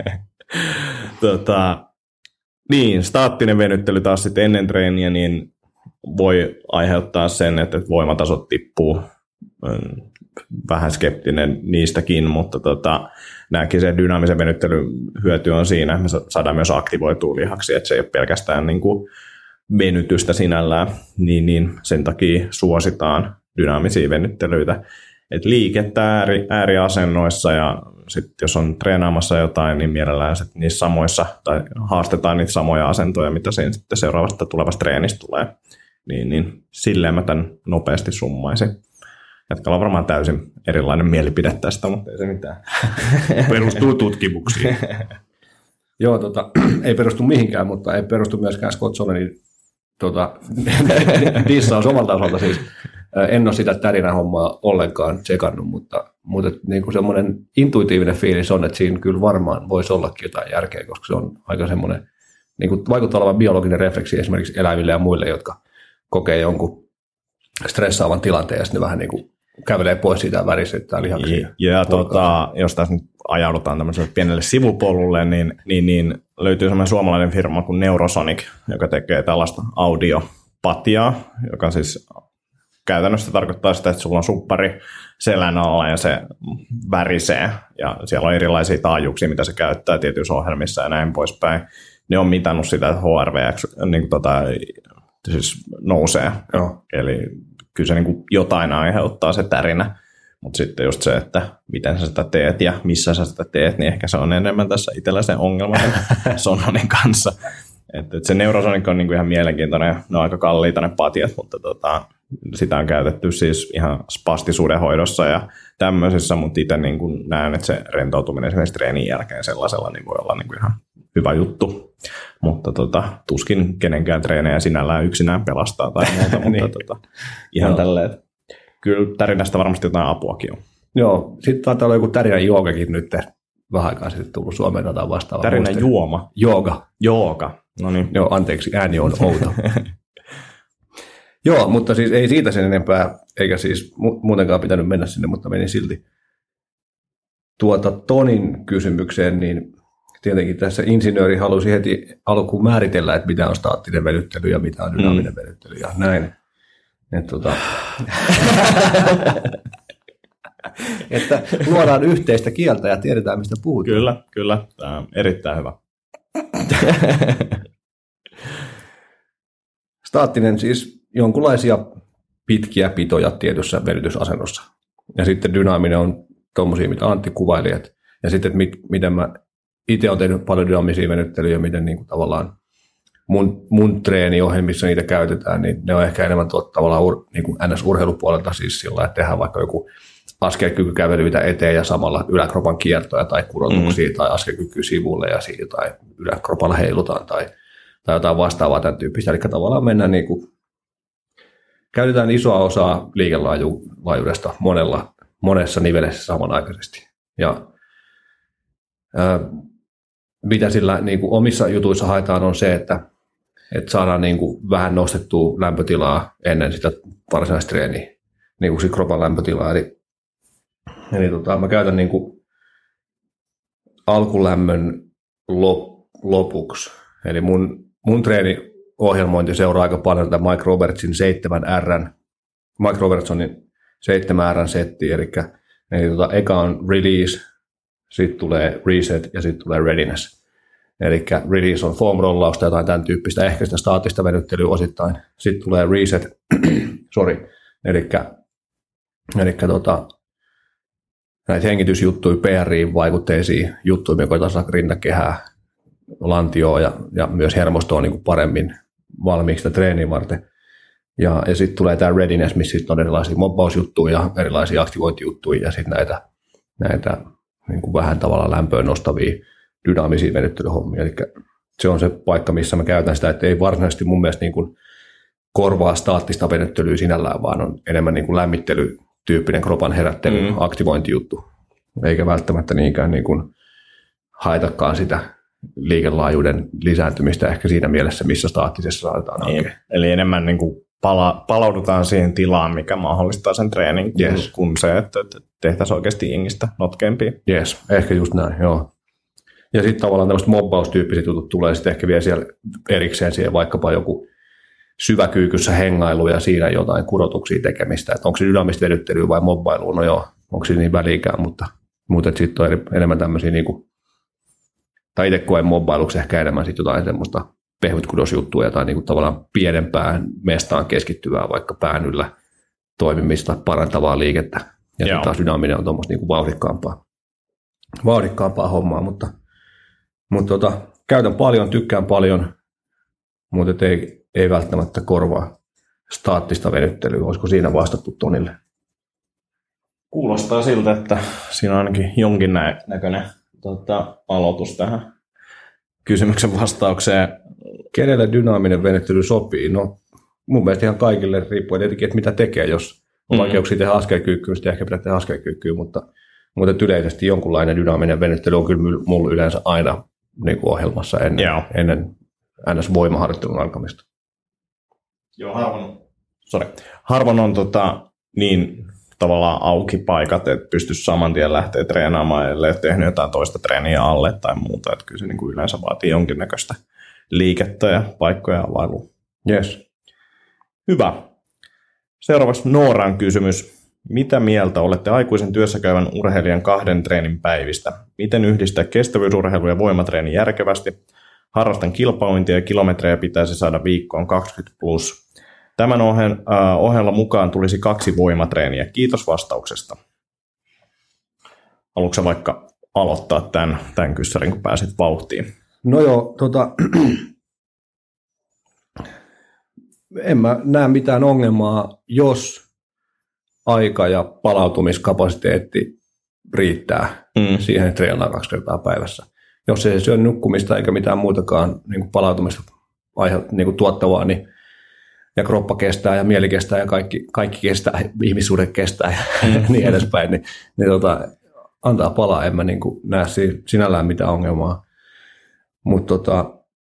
Niin, staattinen venyttely taas sitten ennen treeniä, niin voi aiheuttaa sen, että voimatasot tippuu. Vähän skeptinen niistäkin, mutta nämäkin se dynaamisen venyttelyn hyöty on siinä, että me saadaan myös aktivoitua lihaksi, että se ei ole pelkästään niin kuin venytystä sinällään, niin sen takia suositaan dynaamisia venyttelyitä. Et liikettä ääriasennoissa ja sitten jos on treenaamassa jotain, niin mielellään niissä samoissa, tai haastetaan niitä samoja asentoja, mitä siinä sitten seuraavasta tulevasta treenistä tulee. Niin silleen mä tämän nopeasti summaisin. Jatkalla on varmaan täysin erilainen mielipide tästä, mutta ei se mitään. Perustuu tutkimuksiin. Joo, ei perustu mihinkään, mutta ei perustu myöskään Scott Sonnonin dissaus omalta osalta siis. En ole sitä tärinä hommaa ollenkaan tsekannut, mutta niin kuin semmoinen intuitiivinen fiilis on, että siinä kyllä varmaan voisi ollakin jotain järkeä, koska se on aika semmoinen niin kuin vaikuttaa olevan biologinen refleksi esimerkiksi eläimille ja muille, jotka kokee jonkun stressaavan tilanteen ja sitten vähän niin kuin kävelee pois siitä värisettää lihaksia. Ja jos tässä nyt ajaudutaan tämmöiselle pienelle sivupolulle, niin löytyy semmoinen suomalainen firma kuin Neurosonic, joka tekee tällaista audiopatiaa, joka siis käytännössä tarkoittaa sitä, että sulla on suppari selän alla ja se värisee. Ja siellä on erilaisia taajuuksia, mitä se käyttää tietyissä ohjelmissa ja näin poispäin. Ne on mitannut sitä, että HRV niin siis nousee. Joo. Eli kyllä se niin kuin jotain aiheuttaa se tärinä. Mutta sitten just se, että miten sä sitä teet ja missä sä sitä teet, niin ehkä se on enemmän tässä itsellä se ongelma Sonnonin kanssa. Että se Neurosonic on niinku ihan mielenkiintoinen, ne on aika kalliita ne patiat, mutta sitä on käytetty siis ihan spastisuuden hoidossa ja tämmöisessä, mutta itse niinku näen, että se rentoutuminen esimerkiksi treenin jälkeen sellaisella niin voi olla niinku ihan hyvä juttu. Mutta tuskin kenenkään treenejä sinällään yksinään pelastaa tai muuta, mutta ihan tälleen. Kyllä tärinästä varmasti jotain apuakin on. Joo, sitten taitaa olla joku tärinän joogakin nyt vähän aikaa sitten tullut Suomeen jotain vastaavaa. Tärinän juoma? Jooga. Jooga. No niin. Joo, anteeksi, ääni on outo. Joo, mutta siis ei siitä sen enempää, eikä siis muutenkaan pitänyt mennä sinne, mutta menin silti. Tonin kysymykseen, niin tietenkin tässä insinööri halusi heti alkuun määritellä, että mitä on staattinen venyttely ja mitä on dynaaminen venyttely ja näin. Että luodaan yhteistä kieltä ja tiedetään, mistä puhutaan. Kyllä. Tämä on erittäin hyvä. Staattinen siis jonkunlaisia pitkiä pitoja tietyssä venytysasennossa. Ja sitten dynaaminen on tuommoisia, mitä Antti kuvaili. Ja sitten, miten mä itse olen tehnyt paljon dynaamisia venyttelyjä, miten niin kuin tavallaan mun treeniohjelmissa niitä käytetään, niin ne on ehkä enemmän tavallaan niin kuin NS-urheilupuolelta siis sillä, että tehdään vaikka joku askelkykykävelyitä eteen ja samalla yläkropan kiertoja tai kurotuksia tai askelkykyä sivulle ja siitä tai yläkropalla heilutaan tai jotain vastaavaa tämän tyyppistä. Eli tavallaan mennään niin kuin, käytetään isoa osaa liikelaajuudesta monessa nivelessä samanaikaisesti. Ja mitä sillä niin kuin omissa jutuissa haetaan on se, että saadaan niin kuin vähän nostettua lämpötilaa ennen sitä varsinaista treeniä, niin kuin kropan lämpötilaa. Eli mä käytän niin kuin alkulämmön lopuksi. Eli mun treeniohjelmointi seuraa aika paljon tätä Mike Robertsin 7R, Mike Robertsonin 7R setti, eli eka on release, sitten tulee reset ja sitten tulee readiness. Eli release on foam-rollausta, jotain tämän tyyppistä, ehkä sitä staattista venyttelyä osittain. Sitten tulee reset, eli näitä hengitysjuttuja, PRI-vaikutteisiin juttuja, me koetaan saada rintakehää, lantioa ja myös hermostoa niin kuin paremmin valmiiksi sitä treeniä varten. Ja sitten tulee tämä readiness, missä sitten on erilaisia mobbausjuttuja ja erilaisia aktivointijuttuja ja sitten näitä niin kuin vähän tavallaan lämpöön nostavia dynaamisia venyttelyhommia. Eli se on se paikka, missä mä käytän sitä, että ei varsinaisesti mun mielestä niin kuin korvaa staattista venyttelyä sinällään, vaan on enemmän niin kuin lämmittelytyyppinen kropan herättely, aktivointijuttu, eikä välttämättä niinkään niin kuin haetakaan sitä liikelaajuuden lisääntymistä ehkä siinä mielessä, missä staattisessa saadaan niin, eli enemmän niin kuin palaudutaan siihen tilaan, mikä mahdollistaa sen treenin, kun se, että tehtäisiin oikeasti jengistä notkeampia. Jes, ehkä just näin, joo. Ja sitten tavallaan tämmöiset mobbaustyyppiset jutut tulee sitten ehkä vielä siellä erikseen siihen vaikkapa joku syväkyykyssä hengailu ja siinä jotain kurotuksia tekemistä, että onko se dynaamista venyttelyä vai mobbailuun, no joo, onko se niin väliikään, mutta sitten on enemmän tämmöisiä niinku, tai itse koen mobbailuksi ehkä enemmän sitten jotain semmoista pehmytkudosjuttua tai niinku tavallaan pienempään mestaan keskittyvää vaikka pään yllä toimimista parantavaa liikettä. Ja sitten taas dynaaminen on tuommoista niinku vauhdikkaampaa hommaa, mutta käytän paljon, tykkään paljon, mutta ei välttämättä korvaa staattista venyttelyä. Olisiko siinä vastattu Tonille? Kuulostaa siltä, että siinä on ainakin jonkin näköinen aloitus tähän kysymyksen vastaukseen. Kenelle dynaaminen venyttely sopii? No mun mielestä ihan kaikille riippuen tietenkin, että mitä tekee. Jos on vaikeuksia tehdä askelkyykkyä, sitten ehkä pitää tehdä askelkyykkyä, mutta yleisesti jonkunlainen dynaaminen venyttely on kyllä mulla yleensä aina niin kuin ohjelmassa ennen NS-voimaharjoittelun alkamista. Joo, harvoin on niin tavallaan auki paikat, että pystyisi saman tien lähteä treenaamaan, ellei tehnyt jotain toista treeniä alle tai muuta. Että kyllä se niin kuin yleensä vaatii jonkinnäköistä liikettä ja paikkoja availua. Yes. Hyvä. Seuraavaksi Nooran kysymys. Mitä mieltä olette aikuisen työssäkäyvän urheilijan 2 treenin päivistä? Miten yhdistää kestävyysurheilu ja voimatreeni järkevästi? Harrastan kilpailuintia ja kilometrejä pitäisi saada viikkoon 20+. Tämän ohella mukaan tulisi 2 voimatreeniä. Kiitos vastauksesta. Haluatko vaikka aloittaa tämän kyssärin, kun pääsit vauhtiin? No joo, en mä näe mitään ongelmaa, jos aika ja palautumiskapasiteetti riittää siihen treenaan 2 kertaa päivässä. Jos ei syö nukkumista eikä mitään muutakaan niin kuin palautumista niin kuin tuottavaa, niin, ja kroppa kestää ja mieli kestää ja kaikki kestää, ihmissuhde kestää ja niin edespäin, niin antaa palaa, en mä niin kuin näe sinällään mitään ongelmaa. Mutta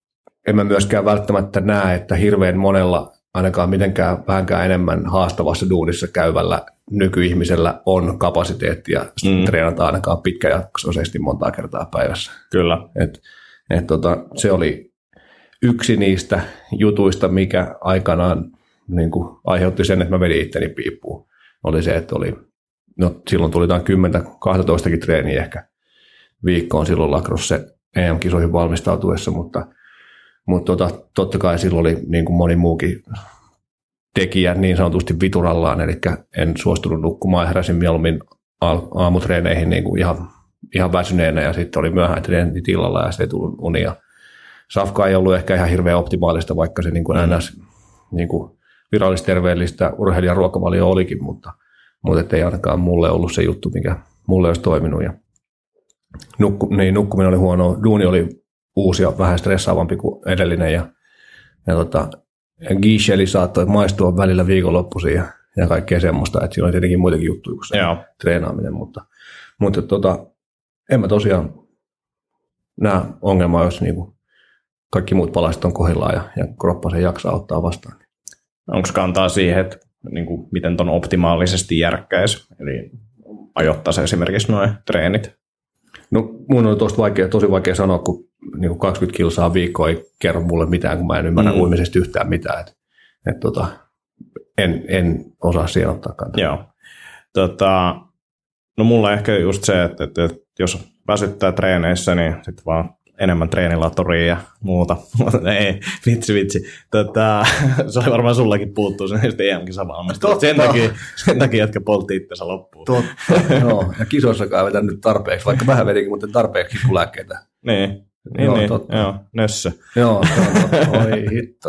en mä myöskään välttämättä näe, että hirveän monella ainakaan mitenkään vähänkään enemmän haastavassa duunissa käyvällä nykyihmisellä on kapasiteettia treenata ainakaan pitkäjaksoisesti montaa kertaa päivässä. Kyllä. Se oli yksi niistä jutuista, mikä aikanaan niin kuin aiheutti sen, että mä vedin itteni piippuun. Oli se, että silloin tuli 10-12 treeniä ehkä viikkoon silloin lacrosse EM-kisoihin valmistautuessa, mutta totta kai silloin oli niin kuin moni muukin tekijä niin sanotusti viturallaan, eli en suostunut nukkumaan ja heräsin mieluummin aamutreeneihin niin kuin ihan väsyneenä ja sitten oli myöhään treenit illalla ja sitten ei tullut unia. Safka ei ollut ehkä ihan hirveän optimaalista, vaikka se niin kuin NS niin kuin virallisterveellistä urheilijan ruokavalio olikin, mutta ei ainakaan mulle ollut se juttu, mikä mulle olisi toiminut. Ja nukkuminen oli huono, duuni oli uusi ja vähän stressaavampi kuin edellinen ja Gicheli saattoi maistua välillä viikonloppuisin ja kaikkea semmoista, että siinä oli tietenkin muitakin juttuja kuin se treenaaminen, mutta en mä tosiaan näe ongelmaa, jos niinku kaikki muut palaset on kohdillaan ja kroppa sen jaksaa ottaa vastaan. Onko kantaa siihen, että niinku, miten ton optimaalisesti järkkäisi, eli ajoittaisi esimerkiksi nuo treenit? No mun on tosi vaikea sanoa, kun niin 20 kilsaa viikkoa ei kerro mulle mitään, kun mä en ymmärrä uimisesta yhtään mitään. En osaa siihen ottaa kantaa. Joo. No mulla ehkä just se, että jos väsyttää treeneissä, niin sitten vaan enemmän treenilatoria ja muuta. Ei, vitsi. Se oli varmaan sullakin puuttuu sen EM-kisavalmista. Sen takia, että poltti itsensä loppuun. Totta, joo. Ja kisoissakaan ei vetänyt tarpeeksi, vaikka vähän vedinkin, mutta tarpeeksi lääkkeitä. Niin, joo, nössö. Joo, oi hitto.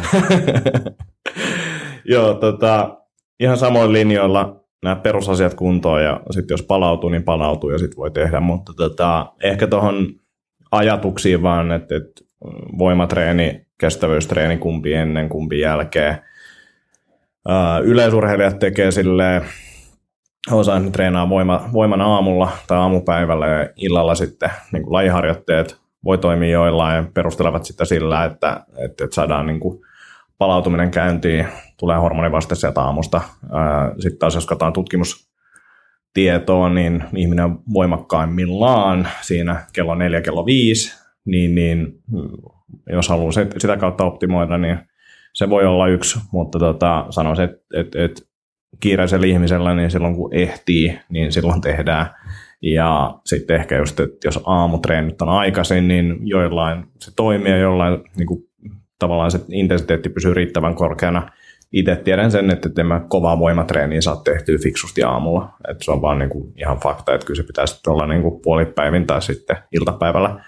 Joo, ihan samoin linjoilla nämä perusasiat kuntoon ja sitten jos palautuu, niin palautuu ja sitten voi tehdä, mutta ehkä tuohon ajatuksiin vaan, että voimatreeni, kestävyystreeni, kumpi ennen, kumpi jälkeen. Yleisurheilijat tekee silleen, osa treenaa voiman aamulla tai aamupäivällä ja illalla sitten niin kuin lajiharjoitteet voi toimia joillain ja perustelevat sitä sillä, että saadaan niin kuin palautuminen käyntiin, tulee hormonivaste sieltä aamusta. Sitten taas jos katsotaan tutkimustietoa, niin ihminen on voimakkaimmillaan siinä kello 4, kello 5, niin jos haluaa sitä kautta optimoida, niin se voi olla yksi, mutta sanoisin, että kiireisellä ihmisellä, niin silloin kun ehtii, niin silloin tehdään. Ja sitten ehkä just, että jos aamutreenit on aikaisin, niin joillain se toimii ja jollain niin kuin, tavallaan se intensiteetti pysyy riittävän korkeana. Itse tiedän sen, että en mä kovaa voimatreeniä saa tehtyä fiksusti aamulla. Että se on vaan niin kuin ihan fakta, että kyllä se pitää sitten olla niin kuin puolipäivin tai sitten iltapäivällä.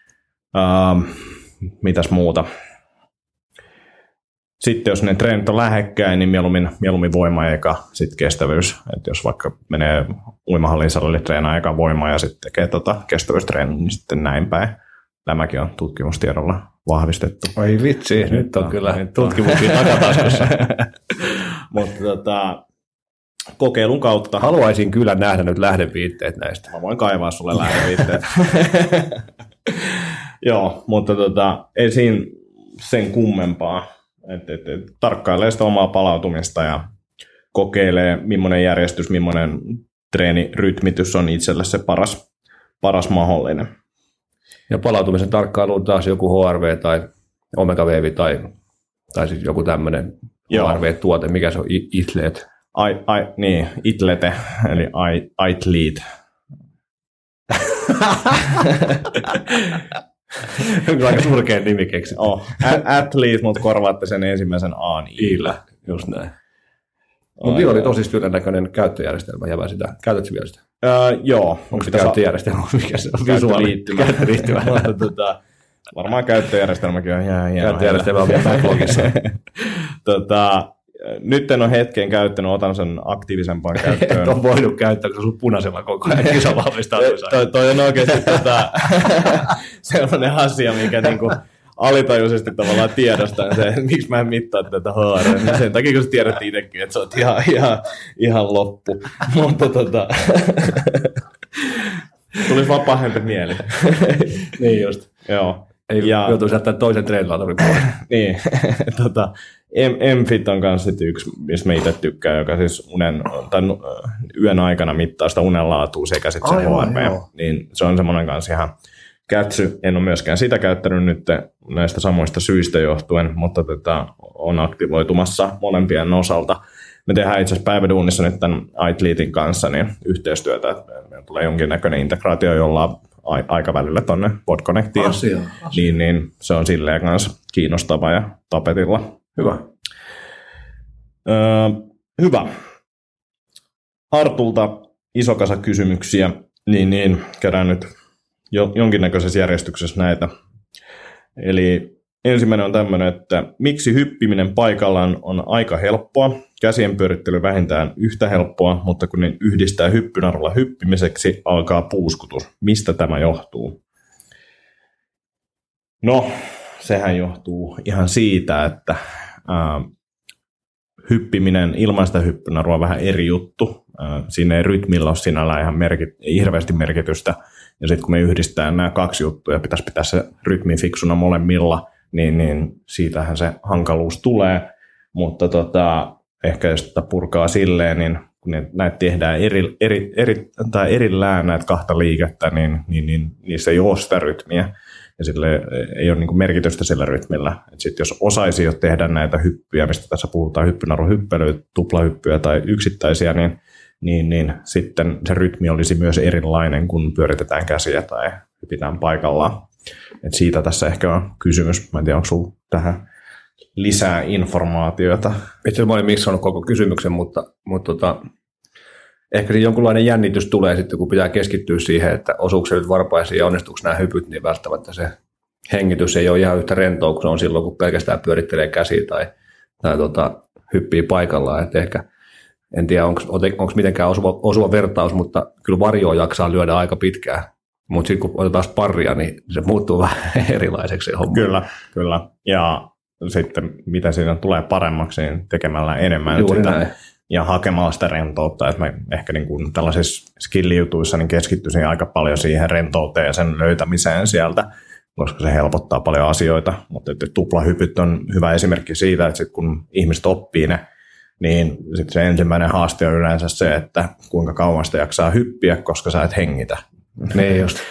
Mitäs muuta? Sitten jos ne treenit on lähekkäin, niin mieluummin voima eikä sitten kestävyys. Että jos vaikka menee uimahallin salille treenaa eka voimaa ja sitten tekee kestävyystreeniä, niin sitten näin päin. Tämäkin on tutkimustiedolla vahvistettu. Oi vitsi, nyt on kyllä tutkimuksia takataskussa. Mutta kokeilun kautta. Haluaisin kyllä nähdä nyt lähdeviitteet näistä. Mä voin kaivaa sulle lähdeviitteet. Joo, mutta ei siinä sen kummempaa. Tarkkailee sitä omaa palautumista ja kokeilee, millainen järjestys, millainen treenirytmitys on itselle se paras mahdollinen. Ja palautumisen tarkkailu on taas joku HRV tai Omega-veevi tai siis joku tämmöinen HRV-tuote, mikä se on, Ithlete. Niin, Ithlete, eli Ithlete. Kyllä aika surkea nimi keksitty. Athlete, mutta korvaatte sen ensimmäisen A Illä, just näin. Mutta niillä oli tosi työn näköinen käyttöjärjestelmä, jävää sitä. Käytätkö vielä sitä? Joo. Onko se käyttöjärjestelmä? Mikä se on? Käyttöliittymä. Varmaan käyttöjärjestelmäkin on ihan hieno. Käyttöjärjestelmä on vielä backlogissa. Nyt en ole hetken käyttänyt, otan sen aktiivisempaan käyttöön. Et ole voinut käyttää, kun sun punaisella koko ajan kisavalmistautuissa. Toi on oikeasti sellainen asia, mikä niinku alitajuisesti tavallaan tiedostaa se, että miksi mä en mittaa tätä haaraa. Niin sen takia, kun sä tiedät itsekin, että sä oot ihan loppu. Mutta tulisi vaan pahempi mieli. Niin just. Joo. Ei joutuisi jättää toisen treenilauturin puolesta. Niin, M-Fit on kanssa yksi, mistä mä itse tykkään, joka siis yön aikana mittaa sitä unenlaatua sekä sitten se HRV. Niin se on semmoinen kanssa ihan kätsy. En ole myöskään sitä käyttänyt nyt näistä samoista syistä johtuen, mutta on aktivoitumassa molempien osalta. Me tehdään itse asiassa päiväduunissa nyt tämän iAthletein kanssa niin yhteistyötä, että meillä tulee jonkinnäköinen integraatio, jolla on aikavälillä tuonne PodConnectiin. Asia. Niin se on silleen kanssa kiinnostava ja tapetilla. Hyvä. Hyvä. Artulta iso kasa kysymyksiä, niin käydään nyt jonkinnäköisessä järjestyksessä näitä. Eli ensimmäinen on tämmöinen, että miksi hyppiminen paikallaan on aika helppoa, käsien pyörittely vähintään yhtä helppoa, mutta kun ne yhdistää hyppynarulla hyppimiseksi, alkaa puuskutus. Mistä tämä johtuu? No, sehän johtuu ihan siitä, että hyppiminen ilman sitä hyppynarua on vähän eri juttu. Siinä ei rytmillä ole sinällään ihan hirveästi merkitystä. Ja sitten kun me yhdistetään nämä kaksi juttua ja pitäisi pitää se rytmi fiksuna molemmilla, niin siitähän se hankaluus tulee. Mutta ehkä jos tätä purkaa silleen, niin kun näitä tehdään erillään näitä kahta liikettä, niin niissä ei ole sitä rytmiä. Ja sille ei ole niin kuin merkitystä sillä rytmillä. Sitten jos osaisi jo tehdä näitä hyppyjä, mistä tässä puhutaan hyppynaruhyppelyä, tuplahyppyjä tai yksittäisiä, niin sitten se rytmi olisi myös erilainen, kun pyöritetään käsiä tai hypitään paikallaan. Et siitä tässä ehkä on kysymys. Mä en tiedä, onko sinulla tähän lisää informaatiota. Itse mä olin miksannut koko kysymyksen, mutta ehkä se jonkunlainen jännitys tulee sitten, kun pitää keskittyä siihen, että osuuko se nyt varpaisiin ja onnistuuko nämä hypyt, niin välttämättä se hengitys ei ole ihan yhtä rentoa kuin se on silloin, kun pelkästään pyörittelee käsiä tai hyppii paikallaan. Että ehkä, en tiedä, onko mitenkään osuva vertaus, mutta kyllä varjoa jaksaa lyödä aika pitkään. Mutta sitten kun otetaan sparria, niin se muuttuu vähän erilaiseksi se homma. Kyllä. Ja sitten mitä siinä tulee paremmaksi, niin tekemällä enemmän sitä ja hakemalla sitä rentoutta. Että mä ehkä niin kuin tällaisissa skill-jutuissa niin keskittyisin aika paljon siihen rentouteen ja sen löytämiseen sieltä, koska se helpottaa paljon asioita. Mutta tuplahypyt on hyvä esimerkki siitä, että sit kun ihmiset oppii ne, niin sitten se ensimmäinen haaste on yleensä se, että kuinka kauan sitä jaksaa hyppiä, koska sä et hengitä. Niin just.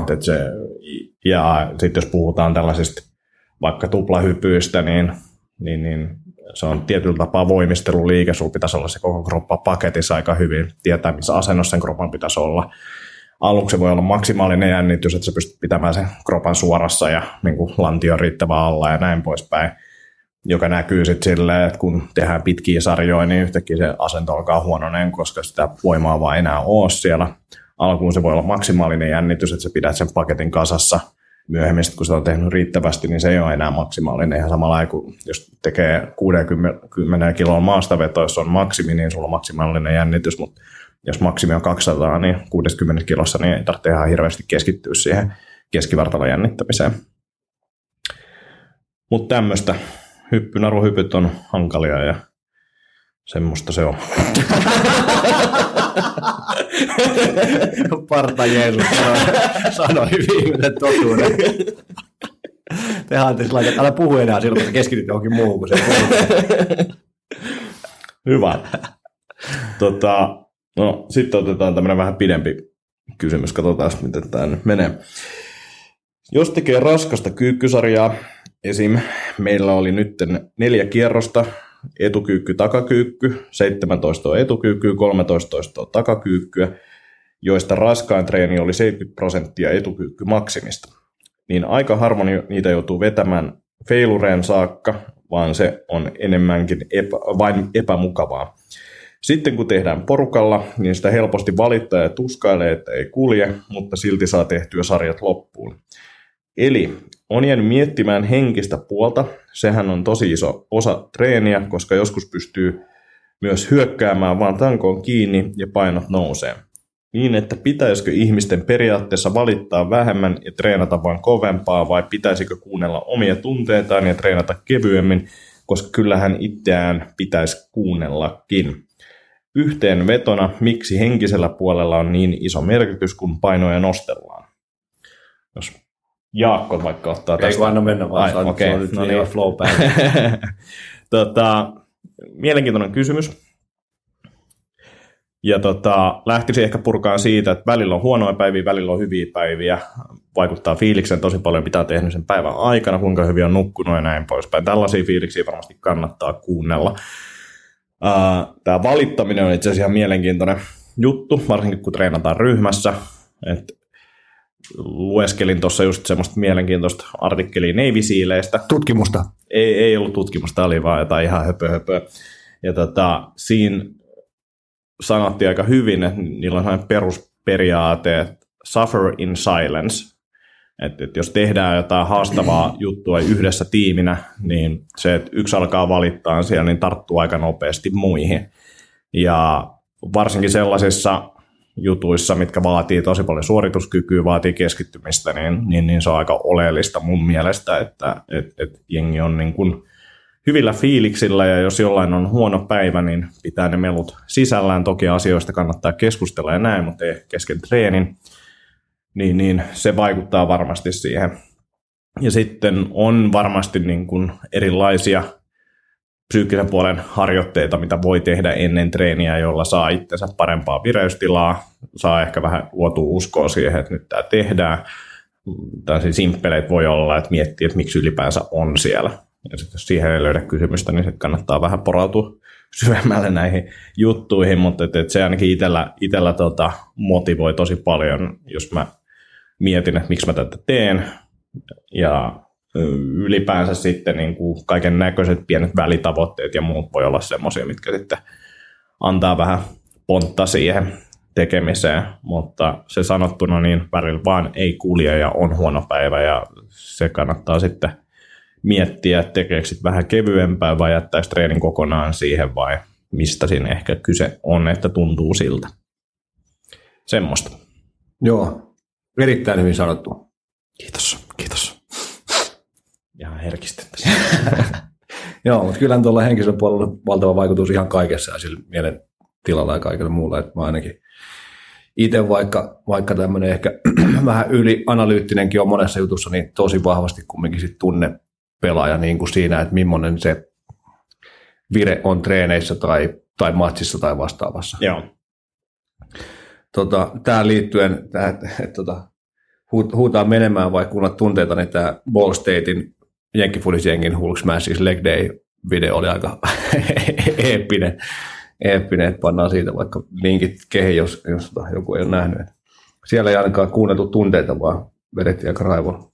Ja sitten jos puhutaan tällaisista vaikka tuplahypyistä, niin se on tietyllä tapaa voimisteluliike. Sulla pitäisi olla se koko kroppa paketissa aika hyvin, tietää missä asennossa sen kropan pitäisi olla. Aluksi voi olla maksimaalinen jännitys, että sä pystyt pitämään sen kropan suorassa ja niin kuin lantio riittävän alla ja näin poispäin, joka näkyy sitten silleen, että kun tehdään pitkiä sarjoja, niin yhtäkkiä se asento alkaa huononeen, koska sitä voimaa vaan enää ole siellä. Alkuun se voi olla maksimaalinen jännitys, että sä pidät sen paketin kasassa. Myöhemmin, kun sitä on tehnyt riittävästi, niin se ei ole enää maksimaalinen. Ihan samalla kuin jos tekee 60 kiloa maastavetoa, jos on maksimi, niin sulla on maksimaalinen jännitys. Mutta jos maksimi on 200, niin 60 kilossa niin ei tarvitse ihan hirveästi keskittyä siihen keskivartalon jännittämiseen. Mutta tämmöistä naruhypyt on hankalia ja semmoista se on. Parta Jeesus sanoi viimeisen totuuden. Tehän anteeksi laitat, älä puhu enää silloin, kun keskityt johonkin muuhun kuin se puhuu. Hyvä. No, sitten otetaan tämmöinen vähän pidempi kysymys. Katsotaan, miten tämä nyt menee. Jos tekee raskasta kyykkysarjaa, esim. Meillä oli nyt 4 kierrosta, etukyykky, takakyykky, 17 on etukyykkyä, 13 on takakyykkyä, joista raskain treeni oli 70% etukyykky maksimista. Niin aika harvoin niitä joutuu vetämään failureen saakka, vaan se on enemmänkin vain epämukavaa. Sitten kun tehdään porukalla, niin sitä helposti valittaa ja tuskailee, että ei kulje, mutta silti saa tehtyä sarjat loppuun. Eli on jäänyt miettimään henkistä puolta. Sehän on tosi iso osa treeniä, koska joskus pystyy myös hyökkäämään vaan tankoon kiinni ja painot nousee. Niin, että pitäisikö ihmisten periaatteessa valittaa vähemmän ja treenata vain kovempaa, vai pitäisikö kuunnella omia tunteitaan ja treenata kevyemmin, koska kyllähän itseään pitäisi kuunnellakin. Yhteenvetona, miksi henkisellä puolella on niin iso merkitys, kun painoja nostellaan? Jos Jaakko vaikka ottaa tästä. Ei kun anna mennä vaan, okay. Se on nyt niin flow päälle. Mielenkiintoinen kysymys. Ja lähtisin ehkä purkaan siitä, että välillä on huonoja päiviä, välillä on hyviä päiviä. Vaikuttaa fiiliksen tosi paljon, mitä on tehnyt sen päivän aikana, kuinka hyvin on nukkunut ja näin poispäin. Tällaisia fiiliksiä varmasti kannattaa kuunnella. Tämä valittaminen on itse asiassa ihan mielenkiintoinen juttu, varsinkin kun treenataan ryhmässä. Lueskelin tuossa just semmoista mielenkiintoista artikkelia Navy Sealeistä. Tutkimusta? Ei ollut tutkimusta, oli vaan jotain ihan höpöhöpöä. Ja siinä sanottiin aika hyvin, että niillä on sellainen perusperiaate, että suffer in silence. Että jos tehdään jotain haastavaa juttua yhdessä tiiminä, niin se, että yksi alkaa valittaa siellä, niin tarttuu aika nopeasti muihin. Ja varsinkin sellaisissa jutuissa, mitkä vaatii tosi paljon suorituskykyä, vaatii keskittymistä, niin se on aika oleellista mun mielestä, että jengi on niin kuin hyvillä fiiliksillä, ja jos jollain on huono päivä, niin pitää ne melut sisällään. Toki asioista kannattaa keskustella ja näin, mutta ei kesken treenin. Niin se vaikuttaa varmasti siihen. Ja sitten on varmasti niin kuin erilaisia psyykkisen puolen harjoitteita, mitä voi tehdä ennen treeniä, jolla saa itsensä parempaa vireystilaa, saa ehkä vähän luotua uskoa siihen, että nyt tämä tehdään. Tällaisia simppeleitä voi olla, että miettii, että miksi ylipäänsä on siellä. Ja sitten jos siihen ei löydä kysymystä, niin sitten kannattaa vähän porautua syvemmälle näihin juttuihin, mutta se ainakin itsellä motivoi tosi paljon, jos mä mietin, että miksi mä tätä teen. Ja ylipäänsä sitten niin kuin kaiken näköiset pienet välitavoitteet ja muut voi olla semmoisia, mitkä sitten antaa vähän pontta siihen tekemiseen, mutta se sanottuna niin välillä vaan ei kulje ja on huono päivä, ja se kannattaa sitten miettiä, että tekeekö sitten vähän kevyempää vai jättäisi treenin kokonaan siihen, vai mistä siinä ehkä kyse on, että tuntuu siltä. Semmoista. Joo, erittäin hyvin sanottu. Kiitos. Ihan herkistin tässä. Joo, mutta kyllä tuolla henkisellä puolella on valtava vaikutus ihan kaikessa ja sillä mielen tilalla ja kaikella muulla. Että mä ainakin itse vaikka tämmöinen ehkä vähän ylianalyyttinenkin on monessa jutussa, niin tosi vahvasti kumminkin sit tunne pelaaja niin kuin siinä, että millainen se vire on treeneissä tai matsissa tai vastaavassa. Joo. Tähän liittyen, huutaa menemään vai kuunnella tunteita, niin tämä Ball Statein jenkkifudisjengin Hulk Smashes Leg Day-video oli aika eeppinen, että pannaan siitä vaikka linkit kehiin, jos joku ei ole nähnyt. Siellä ei ainakaan kuunneltu tunteita, vaan vedettiin aika raivolla.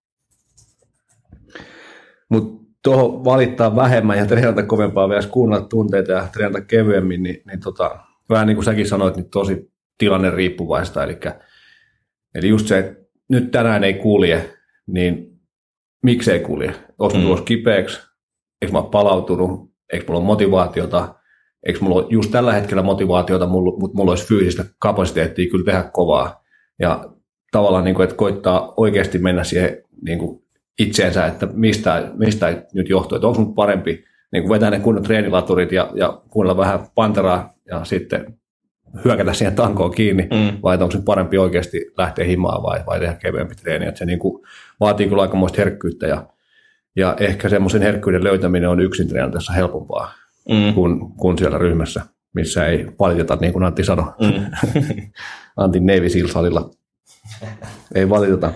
Mutta tuohon valittaa vähemmän ja treenata kovempaa vielä kuunnella tunteita ja treenata kevyemmin, niin vähän niin kuin säkin sanoit, niin tosi tilanne riippuvaista. Eli just se, että nyt tänään ei kulje, niin miksi ei kulje? Onko mä tulossa kipeäksi? Eikö mä ole palautunut? Eikö mulla ole motivaatiota? Eikö mulla ole just tällä hetkellä motivaatiota, mutta mulla olisi fyysistä kapasiteettia kyllä tehdä kovaa. Ja tavallaan, niin kuin, että koittaa oikeasti mennä siihen niin kuin itseensä, että mistä nyt johtuu. Että onko mun parempi niin kuin vetää ne kunnon treenilaturit ja kuunnella vähän panteraa ja sitten hyökätä siihen tankoon kiinni, vai onko se parempi oikeasti lähteä himaan vai tehdä kevyempi treeni. Että se niin kuin vaatii kyllä aikamoista herkkyyttä ja ehkä semmoisen herkkyyden löytäminen on yksin treenatessa helpompaa kuin siellä ryhmässä, missä ei valiteta, niin kuin Antti sanoi. Antin Navy Seal-salilla ei valiteta.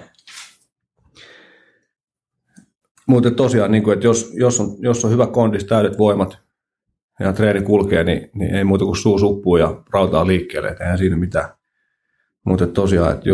Mutta tosiaan, niin kuin, että jos on hyvä kondis, täydet voimat ja treeni kulkee, niin ei muuta kuin suu suppuu ja rautaa liikkeelle, että eihän siinä mitään. Mutta tosiaan, että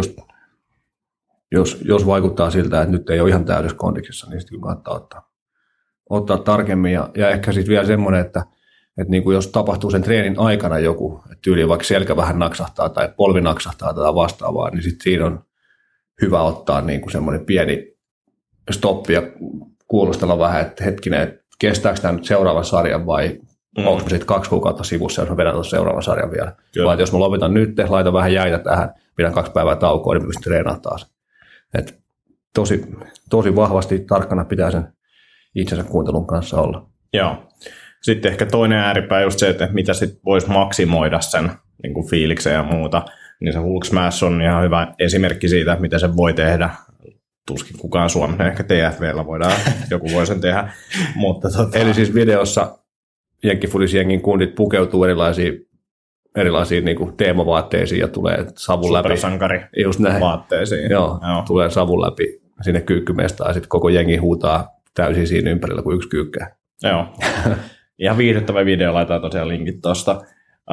jos vaikuttaa siltä, että nyt ei ole ihan täydessä kondiksessa, niin sitten kannattaa ottaa tarkemmin. Ja ehkä sitten vielä semmoinen, että niin kuin jos tapahtuu sen treenin aikana joku, että tyyliin vaikka selkä vähän naksahtaa tai polvi naksahtaa tai vastaavaa, niin sitten siinä on hyvä ottaa niin kuin semmoinen pieni stoppi ja kuulostella vähän, että hetkinen, että kestääkö tämä nyt seuraavan sarjan vai onko me sitten 2 kuukautta sivussa, jos mä vedän tuossa seuraavan sarjan vielä. Kyllä. Vai jos mä lopetan nyt, laitan vähän jäitä tähän, pidän 2 päivää taukoa, niin mä pystyn treenaamaan taas. Et tosi vahvasti tarkkana pitää sen itsensä kuuntelun kanssa olla. Joo. Sitten ehkä toinen ääripää just se, että mitä sitten voisi maksimoida sen niin kuin fiiliksen ja muuta. Niin se Hulk Smash on ihan hyvä esimerkki siitä, mitä se voi tehdä tuskin kukaan Suomessa, ehkä TFV:llä joku voi sen tehdä. Mutta Eli siis videossa jenkkifudisjengin kundit pukeutuu erilaisiin niin kuin teemavaatteisiin ja tulee savun läpi. Supersankari vaatteisiin. Joo, tulee savun läpi sinne kyykkymestaan ja sitten koko jengi huutaa täysin siinä ympärillä kuin yksi kyykkää. Joo. Ihan viihdyttävä video, laitetaan tosiaan linkit tuosta.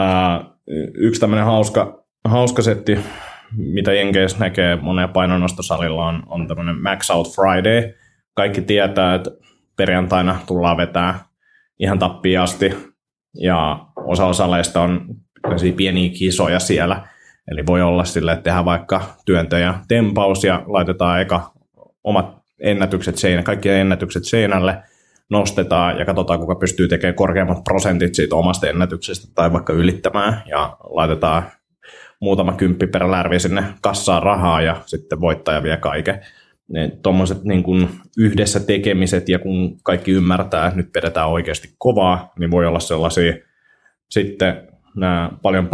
Yksi tämmöinen hauska setti, mitä Jenkeissä näkee monen painonnostosalilla, on tämmöinen Max Out Friday. Kaikki tietää, että perjantaina tullaan vetää ihan tappiin asti, ja osa saleista on pieniä kisoja siellä. Eli voi olla sille, että tehdään vaikka työntö ja tempaus, ja laitetaan eka omat kaikki ennätykset seinälle, nostetaan ja katsotaan, kuka pystyy tekemään korkeammat prosentit siitä omasta ennätyksestä tai vaikka ylittämään, ja laitetaan muutama kymppi per lärvi sinne kassaan rahaa ja sitten voittaja vie kaiken. Tuommoiset niin kuin yhdessä tekemiset ja kun kaikki ymmärtää, että nyt vedetään oikeasti kovaa, niin voi olla sellaisia sitten nämä paljon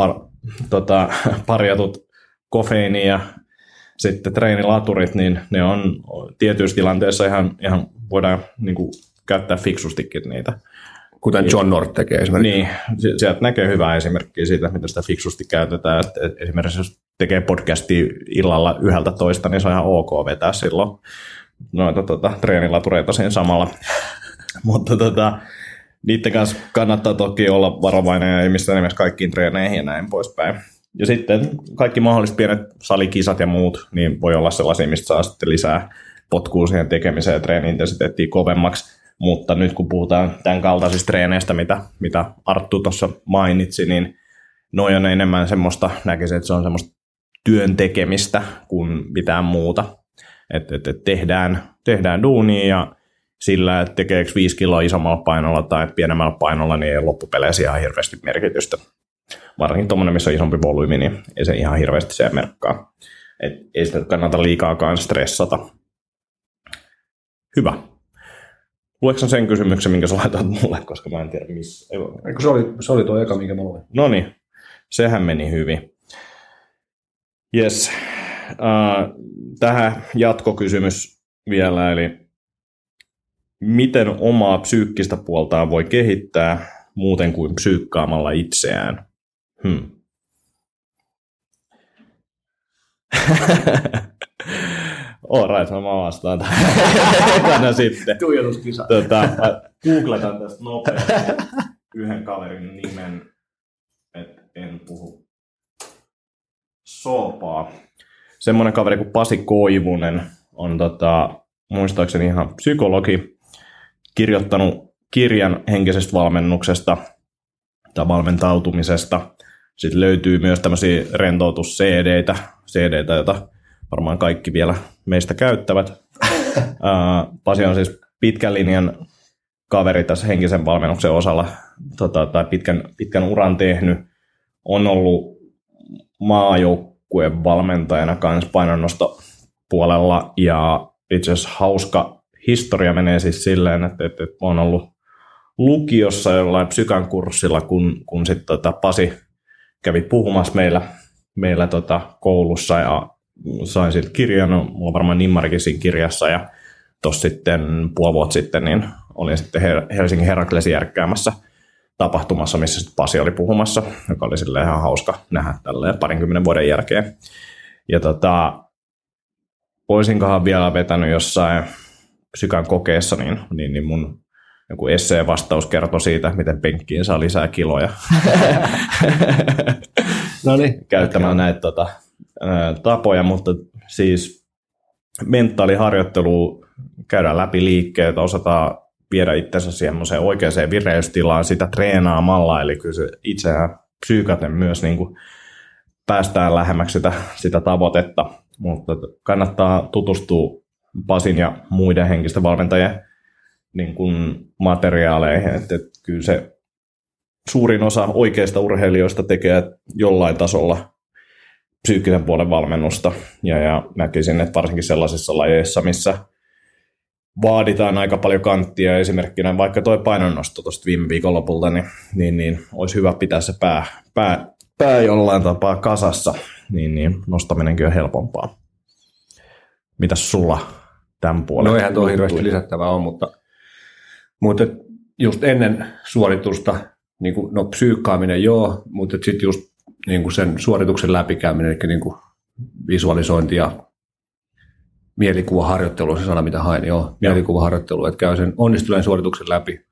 parjatut kofeiini ja sitten treenilaturit, niin ne on tietyissä tilanteissa ihan voidaan niin kuin käyttää fiksustikin niitä. Kuten John Nord tekee esimerkiksi. Niin, sieltä näkee hyvää esimerkkiä siitä, miten sitä fiksusti käytetään. Että esimerkiksi jos tekee podcastia illalla 11, niin se on ihan ok vetää silloin noita treenilatureita siinä samalla. Mutta niiden kanssa kannattaa toki olla varovainen ja ei missään nimessä kaikkiin treeneihin ja näin poispäin. Ja sitten kaikki mahdolliset pienet salikisat ja muut, niin voi olla sellaisia, mistä saa sitten lisää potkua siihen tekemiseen ja treeni-intensiteettiin kovemmaksi. Mutta nyt kun puhutaan tämän kaltaisista treeneistä, mitä Arttu tuossa mainitsi, niin noi on enemmän semmoista, näkisin, että se on semmoista työn tekemistä kuin mitään muuta. Että tehdään duunia ja sillä, että tekeekö 5 kiloa isommalla painolla tai pienemmällä painolla, niin ei loppupeleissä ihan hirveästi merkitystä. Varsinkin tuommoinen, missä on isompi volyymi, niin ei se ihan hirveästi se merkkaa. Et ei sitä kannata liikaakaan stressata. Hyvä. Luetko sen kysymyksen, minkä sä laitat mulle, koska mä en tiedä missä. Eikö se oli tuo eka, minkä mä luin? No niin, sehän meni hyvin. Jes. Tähän jatkokysymys vielä, eli miten omaa psyykkistä puoltaan voi kehittää muuten kuin psyykkaamalla itseään? Alright, mä vastaan tähän sitten. Tuijotuskisa. Googletan tästä nopeasti yhden kaverin nimen, että en puhu soopaa. Semmoinen kaveri kuin Pasi Koivunen on muistaakseni ihan psykologi, kirjoittanut kirjan henkisestä valmennuksesta tai valmentautumisesta. Sitten löytyy myös tämmöisiä rentoutus-CD:itä, joita varmaan kaikki vielä meistä käyttävät. Pasi on siis pitkän linjan kaveri tässä henkisen valmennuksen osalla, tai pitkän uran tehnyt. On ollut maajoukkueen valmentajana kanssa painonnostopuolella, ja itse asiassa hauska historia menee siis silleen, että on ollut lukiossa jollain psykan kurssilla, kun sitten Pasi kävi puhumassa meillä koulussa, ja sain siltä kirjan, mulla on varmaan nimmarikin siinä kirjassa, ja tuossa sitten puoli vuotta sitten niin olin sitten Helsingin Heraklesin järkkäämässä tapahtumassa, missä sitten Pasi oli puhumassa, joka oli silleen ihan hauska nähdä tälleen 20 vuoden jälkeen. Ja olisinkohan vielä vetänyt jossain psykan kokeessa, niin mun joku esseen vastaus kertoi siitä, miten penkkiin saa lisää kiloja. No niin. Käyttämään näitä tapoja, mutta siis mentaaliharjoittelu, käydään läpi liikkeitä, osataan viedä itsensä semmoiseen oikeaan vireystilaan sitä treenaamalla, eli kyllä se itseään psyykaten myös niin kuin päästään lähemmäksi sitä tavoitetta, mutta kannattaa tutustua Pasin ja muiden henkisten valmentajien niin kuin materiaaleihin, että kyllä se suurin osa oikeista urheilijoista tekee jollain tasolla psyykkisen puolen valmennusta, ja näkisin, että varsinkin sellaisissa lajeissa, missä vaaditaan aika paljon kanttia, esimerkkinä vaikka tuo painonnosto tuosta viime viikonlopulta, niin olisi hyvä pitää se pää jollain tapaa kasassa, niin nostaminenkin on helpompaa. Mitäs sulla tämän puolen. No eihän tuo hirveästi lisättävää ole, mutta just ennen suoritusta, niin kuin, no psyykkaaminen joo, mutta sitten just niin kuin sen suorituksen läpikäyminen, eli niin kuin visualisointi ja mielikuvaharjoittelu, se sana mitä hain, joo, mielikuvaharjoittelu, että käy sen onnistuneen suorituksen läpi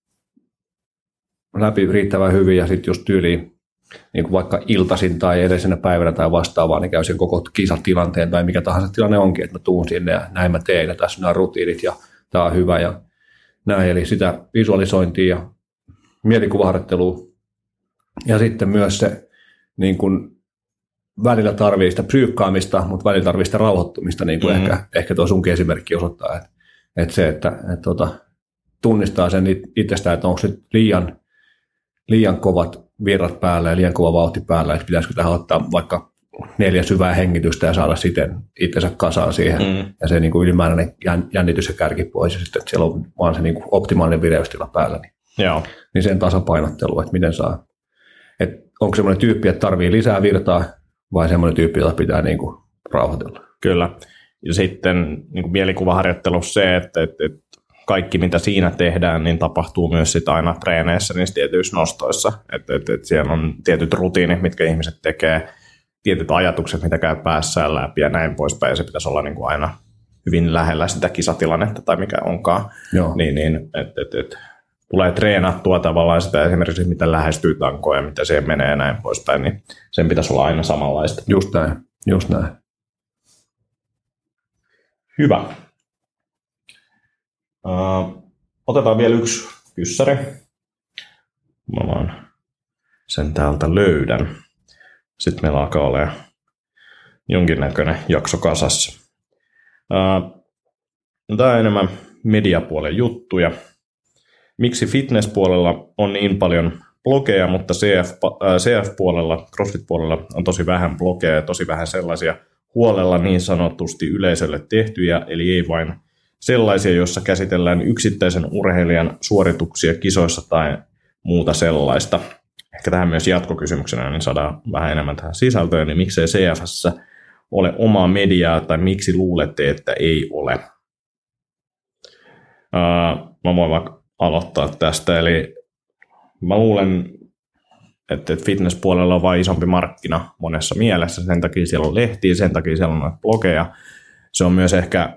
riittävän hyvin ja sitten just tyyliin niin kuin vaikka iltaisin tai edellisenä päivänä tai vastaavaa, niin käy sen koko kisatilanteen tai mikä tahansa tilanne onkin, että mä tuun sinne ja näin mä teen ja tässä on nämä rutiinit ja tämä on hyvä ja näin, eli sitä visualisointia ja mielikuvaharjoittelua ja sitten myös se niin kuin välillä tarvii sitä psyykkaamista, mutta välillä tarvii sitä rauhoittumista, niin kuin ehkä tuo sunkin esimerkki osoittaa, että se, että tunnistaa sen itsestään, että onko se liian kovat virrat päällä ja liian kova vauhti päällä, että pitäisikö tähän ottaa vaikka 4 syvää hengitystä ja saada siten itsensä kasaan siihen, ja se niin kuin ylimääräinen jännitys ja kärki pois, ja sitten että siellä on vaan se niin kuin optimaalinen vireystila päällä, niin sen tasapainottelu, että miten saa, että onko semmoinen tyyppi, että tarvii lisää virtaa, vai semmoinen tyyppi, jota pitää niin kuin rauhoitella. Kyllä. Ja sitten niin kuin mielikuvaharjoittelussa se, että kaikki mitä siinä tehdään, niin tapahtuu myös sit aina treeneissä niissä tietyissä nostoissa. Että siellä on tietyt rutiinit, mitkä ihmiset tekee, tietyt ajatukset, mitä käy päässään läpi ja näin poispäin. Ja se pitäisi olla niin kuin aina hyvin lähellä sitä kisatilannetta tai mikä onkaan. Tulee treenattua tavallaan sitä esimerkiksi, miten lähestyy tankoa ja mitä siihen menee ja näin poispäin, niin sen pitäisi olla aina samanlaista. Just näin. Hyvä. Otetaan vielä yksi kyssäri. Mä vaan sen täältä löydän. Sitten meillä alkaa olemaan jonkinnäköinen jakso kasassa. Tämä on enemmän mediapuolen juttuja. Miksi fitness-puolella on niin paljon blogeja, mutta CF-puolella, CrossFit-puolella on tosi vähän blogeja ja tosi vähän sellaisia huolella niin sanotusti yleisölle tehtyjä, eli ei vain sellaisia, joissa käsitellään yksittäisen urheilijan suorituksia kisoissa tai muuta sellaista. Ehkä tähän myös jatkokysymyksenä, niin saadaan vähän enemmän tähän sisältöön, niin miksei CF:ssä ole omaa mediaa tai miksi luulette, että ei ole? Mä voin vaikka aloittaa tästä, eli mä luulen, että fitness-puolella on vain isompi markkina monessa mielessä, sen takia siellä on lehtiä, sen takia siellä on noita blogeja. Se on myös ehkä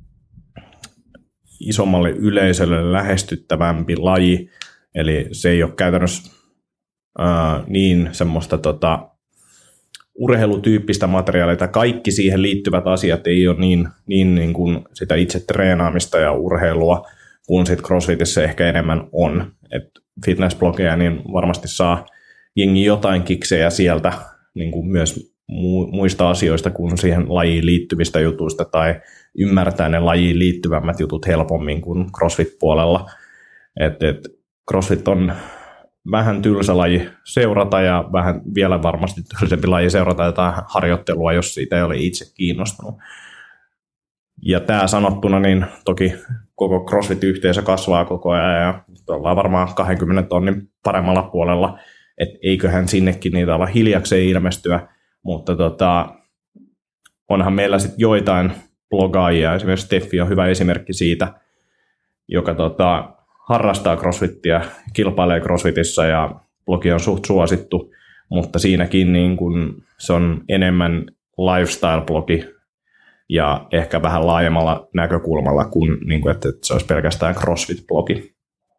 isommalle yleisölle lähestyttävämpi laji, eli se ei ole käytännössä niin semmoista urheilutyyppistä materiaalia, tai kaikki siihen liittyvät asiat ei ole niin kuin sitä itse treenaamista ja urheilua, kun sitten CrossFitissä ehkä enemmän on. Et fitnessblogeja niin varmasti saa jengi jotain kiksejä sieltä niin kuin myös muista asioista kuin siihen lajiin liittyvistä jutuista, tai ymmärtää ne lajiin liittyvämmät jutut helpommin kuin CrossFit-puolella. CrossFit on vähän tylsä laji seurata ja vähän vielä varmasti tylsempi laji seurata jotain harjoittelua, jos siitä ei ole itse kiinnostunut. Ja tämä sanottuna, niin toki koko CrossFit-yhteisö kasvaa koko ajan ja ollaan varmaan 20 tonnin paremmalla puolella, että eiköhän sinnekin niitä olla hiljakseen ilmestyä, mutta onhan meillä sitten joitain blogaajia, esimerkiksi Steffi on hyvä esimerkki siitä, joka harrastaa CrossFittiä, kilpailee CrossFitissa ja blogi on suht suosittu, mutta siinäkin niin kun se on enemmän lifestyle-blogi ja ehkä vähän laajemmalla näkökulmalla kuin, että se olisi pelkästään CrossFit-blogi.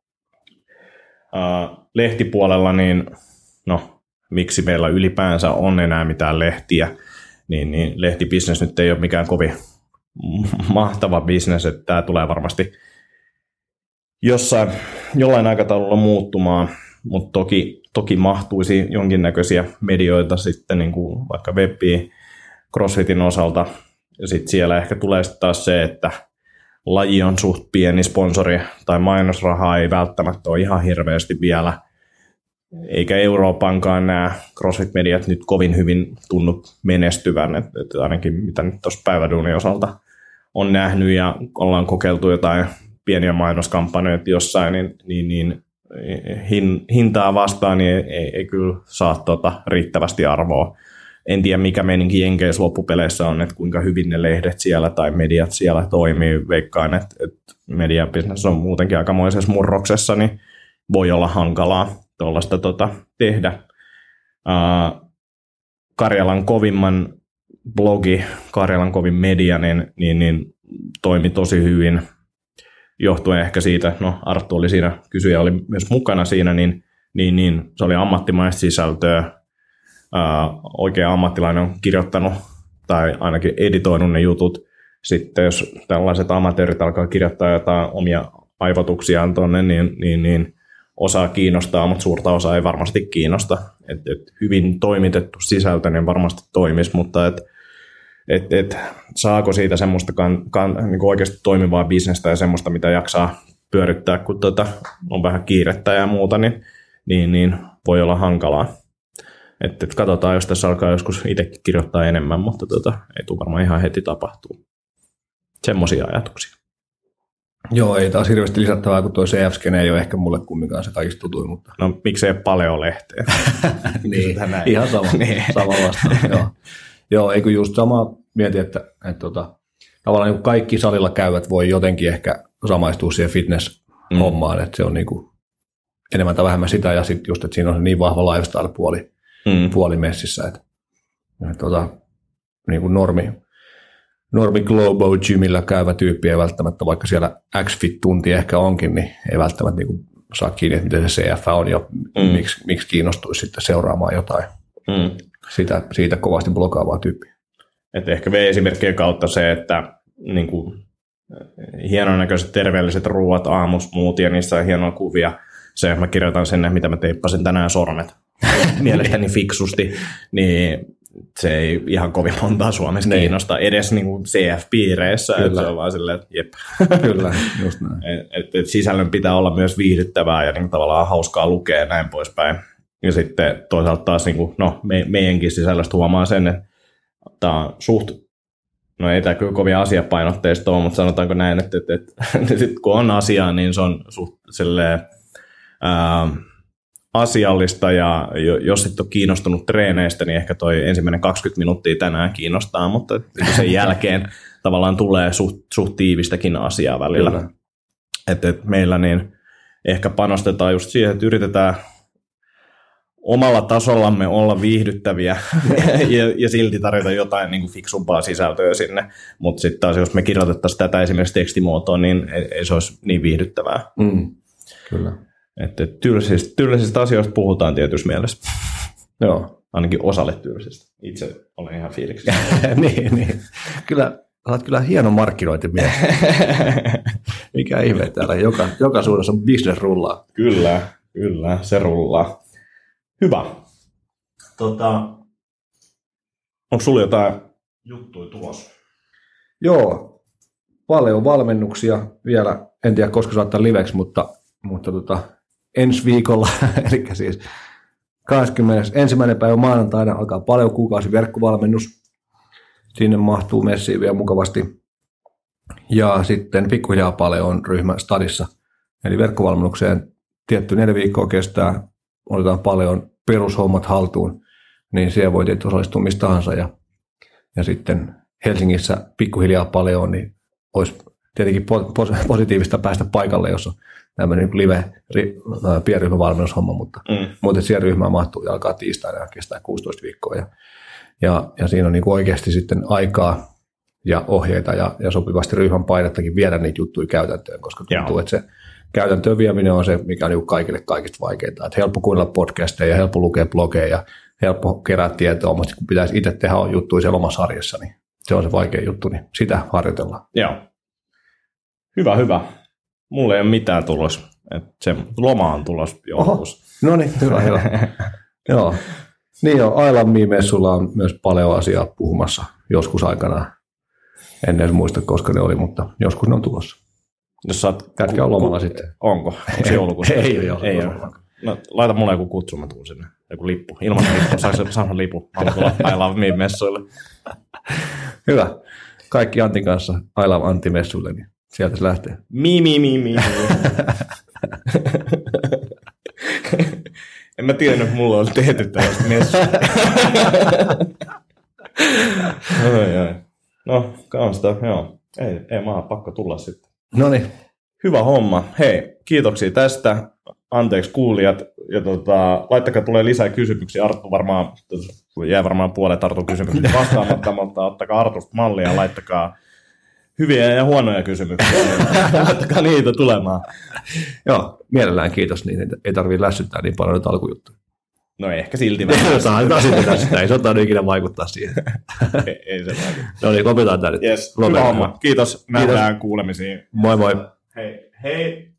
Lehtipuolella, niin miksi meillä ylipäänsä on enää mitään lehtiä, niin lehtibisnes nyt ei ole mikään kovin mahtava bisnes, että tämä tulee varmasti jollain aikataululla muuttumaan, mutta toki mahtuisi jonkinnäköisiä medioita sitten niin kuin vaikka webiin CrossFitin osalta. Ja sitten siellä ehkä tulee sitten taas se, että laji on suht pieni, sponsori tai mainosrahaa ei välttämättä ole ihan hirveästi vielä, eikä Euroopankaan nämä CrossFit-mediat nyt kovin hyvin tunnu menestyvän, että ainakin mitä nyt tuossa päiväduunin osalta on nähnyt ja ollaan kokeiltu jotain pieniä mainoskampanjoita jossain, niin hintaa vastaan niin ei kyllä saa riittävästi arvoa. en tiedä mikä meininki Jenkeissä loppupeleissä on, että kuinka hyvin ne lehdet siellä tai mediat siellä toimii. Veikkaan, että mediabisnes on muutenkin aikamoisessa murroksessa, niin voi olla hankalaa tuollaista tehdä. Karjalan kovimman blogi, Karjalan kovin media, niin toimi tosi hyvin, johtuen ehkä siitä, no Arttu oli siinä, kysyjä oli myös mukana siinä, niin se oli ammattimaista sisältöä, oikea ammattilainen on kirjoittanut tai ainakin editoinut ne jutut. Sitten jos tällaiset amatöörit alkaa kirjoittaa jotain omia aivotuksiaan tuonne, niin osaa kiinnostaa, mutta suurta osaa ei varmasti kiinnosta. Et hyvin toimitettu sisältö niin varmasti toimisi, mutta saako siitä semmoista niin oikeasti toimivaa bisnestä ja semmoista, mitä jaksaa pyörittää, kun on vähän kiirettä ja muuta, niin voi olla hankalaa. Katsotaan, jos tässä alkaa joskus itsekin kirjoittaa enemmän, mutta ei tule varmaan ihan heti tapahtuu. Semmoisia ajatuksia. Joo, ei taas hirveästi lisättävää, kun tuo CF-skene ei ole ehkä mulle kumminkaan se kaikista tutuin. Mutta... No miksei Paleo-lehteä? Niin, ihan sama vastaan. Joo, eikö just sama mieti, että tavallaan niin kaikki salilla käyvät voi jotenkin ehkä samaistua siihen fitness-hommaan, että se on niin kuin enemmän tai vähemmän sitä, ja sitten just, että siinä on se niin vahva lifestyle-puoli messissä, että niin kuin normi Globo Gymillä käyvä tyyppi ei välttämättä, vaikka siellä X-Fit-tunti ehkä onkin, niin ei välttämättä niin kuin saa kiinni, että miten se CF on ja miksi kiinnostuisi sitten seuraamaan jotain siitä kovasti blogaavaa tyyppiä. Et ehkä V-esimerkkien kautta se, että niin kuin, hienonäköiset terveelliset ruuat aamusmuut ja niissä on hienoja kuvia. Se, että mä kirjoitan sen, mitä mä teippasin tänään sormet mielestäni fiksusti, niin se ei ihan kovin montaa Suomessa kiinnosta edes niin kuin CF-piireissä. Että se on vaan silleen, että jep. Kyllä, just näin. Et sisällön pitää olla myös viihdyttävää ja niin kuin tavallaan hauskaa lukea ja näin poispäin. Ja sitten toisaalta taas niin kuin, meidänkin sisällöstä huomaa sen, että tämä on suht, no ei tämä kyllä kovin asiapainotteista ole, mutta sanotaanko näin, että sit kun on asiaa, niin se on suht silleen, asiallista, ja jos sitten on kiinnostunut treeneistä, niin ehkä toi ensimmäinen 20 minuuttia tänään kiinnostaa, mutta sen jälkeen tavallaan tulee suht tiivistäkin asiaa välillä. Että meillä niin ehkä panostetaan just siihen, että yritetään omalla tasollamme olla viihdyttäviä ja silti tarjota jotain niin kuin fiksumpaa sisältöä sinne, mutta sitten taas jos me kirjoitettaisiin tätä esimerkiksi tekstimuotoon, niin ei se olisi niin viihdyttävää. Kyllä. Että tylsistä asioista puhutaan tietysti mielessä. Joo. Ainakin osalle tylsistä. Itse olen ihan fiiliksissä. niin. Kyllä, olet kyllä hieno markkinointimies. Mikä ihme täällä. Joka suunnassa business rullaa. Kyllä, se rullaa. Hyvä. Onko sulla jotain juttuja tulossa? Joo, paljon valmennuksia vielä. En tiedä, koska saattaa liveksi, mutta ensi viikolla, eli siis 21. päivä maanantaina alkaa paljon kuukausi verkkovalmennus. Sinne mahtuu messiin vielä mukavasti. Ja sitten pikkuhiljaa paljon on ryhmä stadissa. Eli verkkovalmennukseen tietty 4 viikkoa kestää. Otetaan paljon perushommat haltuun, niin siellä voi tietysti osallistua mistä tahansa. Ja sitten Helsingissä pikkuhiljaa paljon, niin olisi tietenkin positiivista päästä paikalle, jos on tämmöinen live pienryhmävalmennushomma, mutta siellä ryhmää mahtuu ja alkaa tiistaina ja kestää 16 viikkoa. Ja siinä on niin kuin oikeasti sitten aikaa ja ohjeita ja sopivasti ryhmän painettakin viedä niitä juttuja käytäntöön, koska tuntuu, että se käytäntöön vieminen on se, mikä on niin kaikille kaikista vaikeinta. Että helppo kuunnella podcasteja ja helppo lukea blogeja ja helppo kerää tietoa, mutta kun pitäisi itse tehdä juttuja siellä omassa arjessa, niin se on se vaikea juttu, niin sitä harjoitellaan. Joo. Hyvä. Mulla ei ole mitään tulossa. Se loma on tulossa joskus. No niin, hyvä. Joo. Niin jo, Ailan-messulla on myös paljon asiaa puhumassa joskus aikanaan. En edes muista, koska ne oli, mutta joskus ne on tulossa. Jos saat Kätkä on lomalla sitten. Onko se joulukuussa? Ei ole. No, laita mulle joku kutsu, mä tuun sinne. Joku lippu. Ilman lippu. Saanko lippu? Haluan tulla Ailan-messuille. Hyvä. Kaikki Antin kanssa Ailan-Antti-messuille, niin sieltä se lähtee. Mi. En mä tiennyt, että mulla oli tehty tällaista messuja. Ai. No, kanssa, joo. Ei maa pakko tulla sitten. Noniin. Hyvä homma. Hei, kiitoksia tästä. Anteeksi kuulijat. Ja laittakaa tulee lisää kysymyksiä. Arttu jää varmaan puolet Artun kysymyksiä vastaamatta, mutta ottakaa Artusta mallia ja laittakaa hyviä ja huonoja kysymyksiä. Laittakaa niitä tulemaan. Joo, mielellään kiitos. Niin ei tarvitse lässyttää niin paljon nyt alkujuttuja. No ehkä silti vähän. Ei se ottanut ikinä vaikuttaa siihen. ei se vaikuta. No niin, lopetaan tämä nyt. Yes, hyvä homma. Kiitos. Nähdään kuulemisiin. Moi moi. Hei.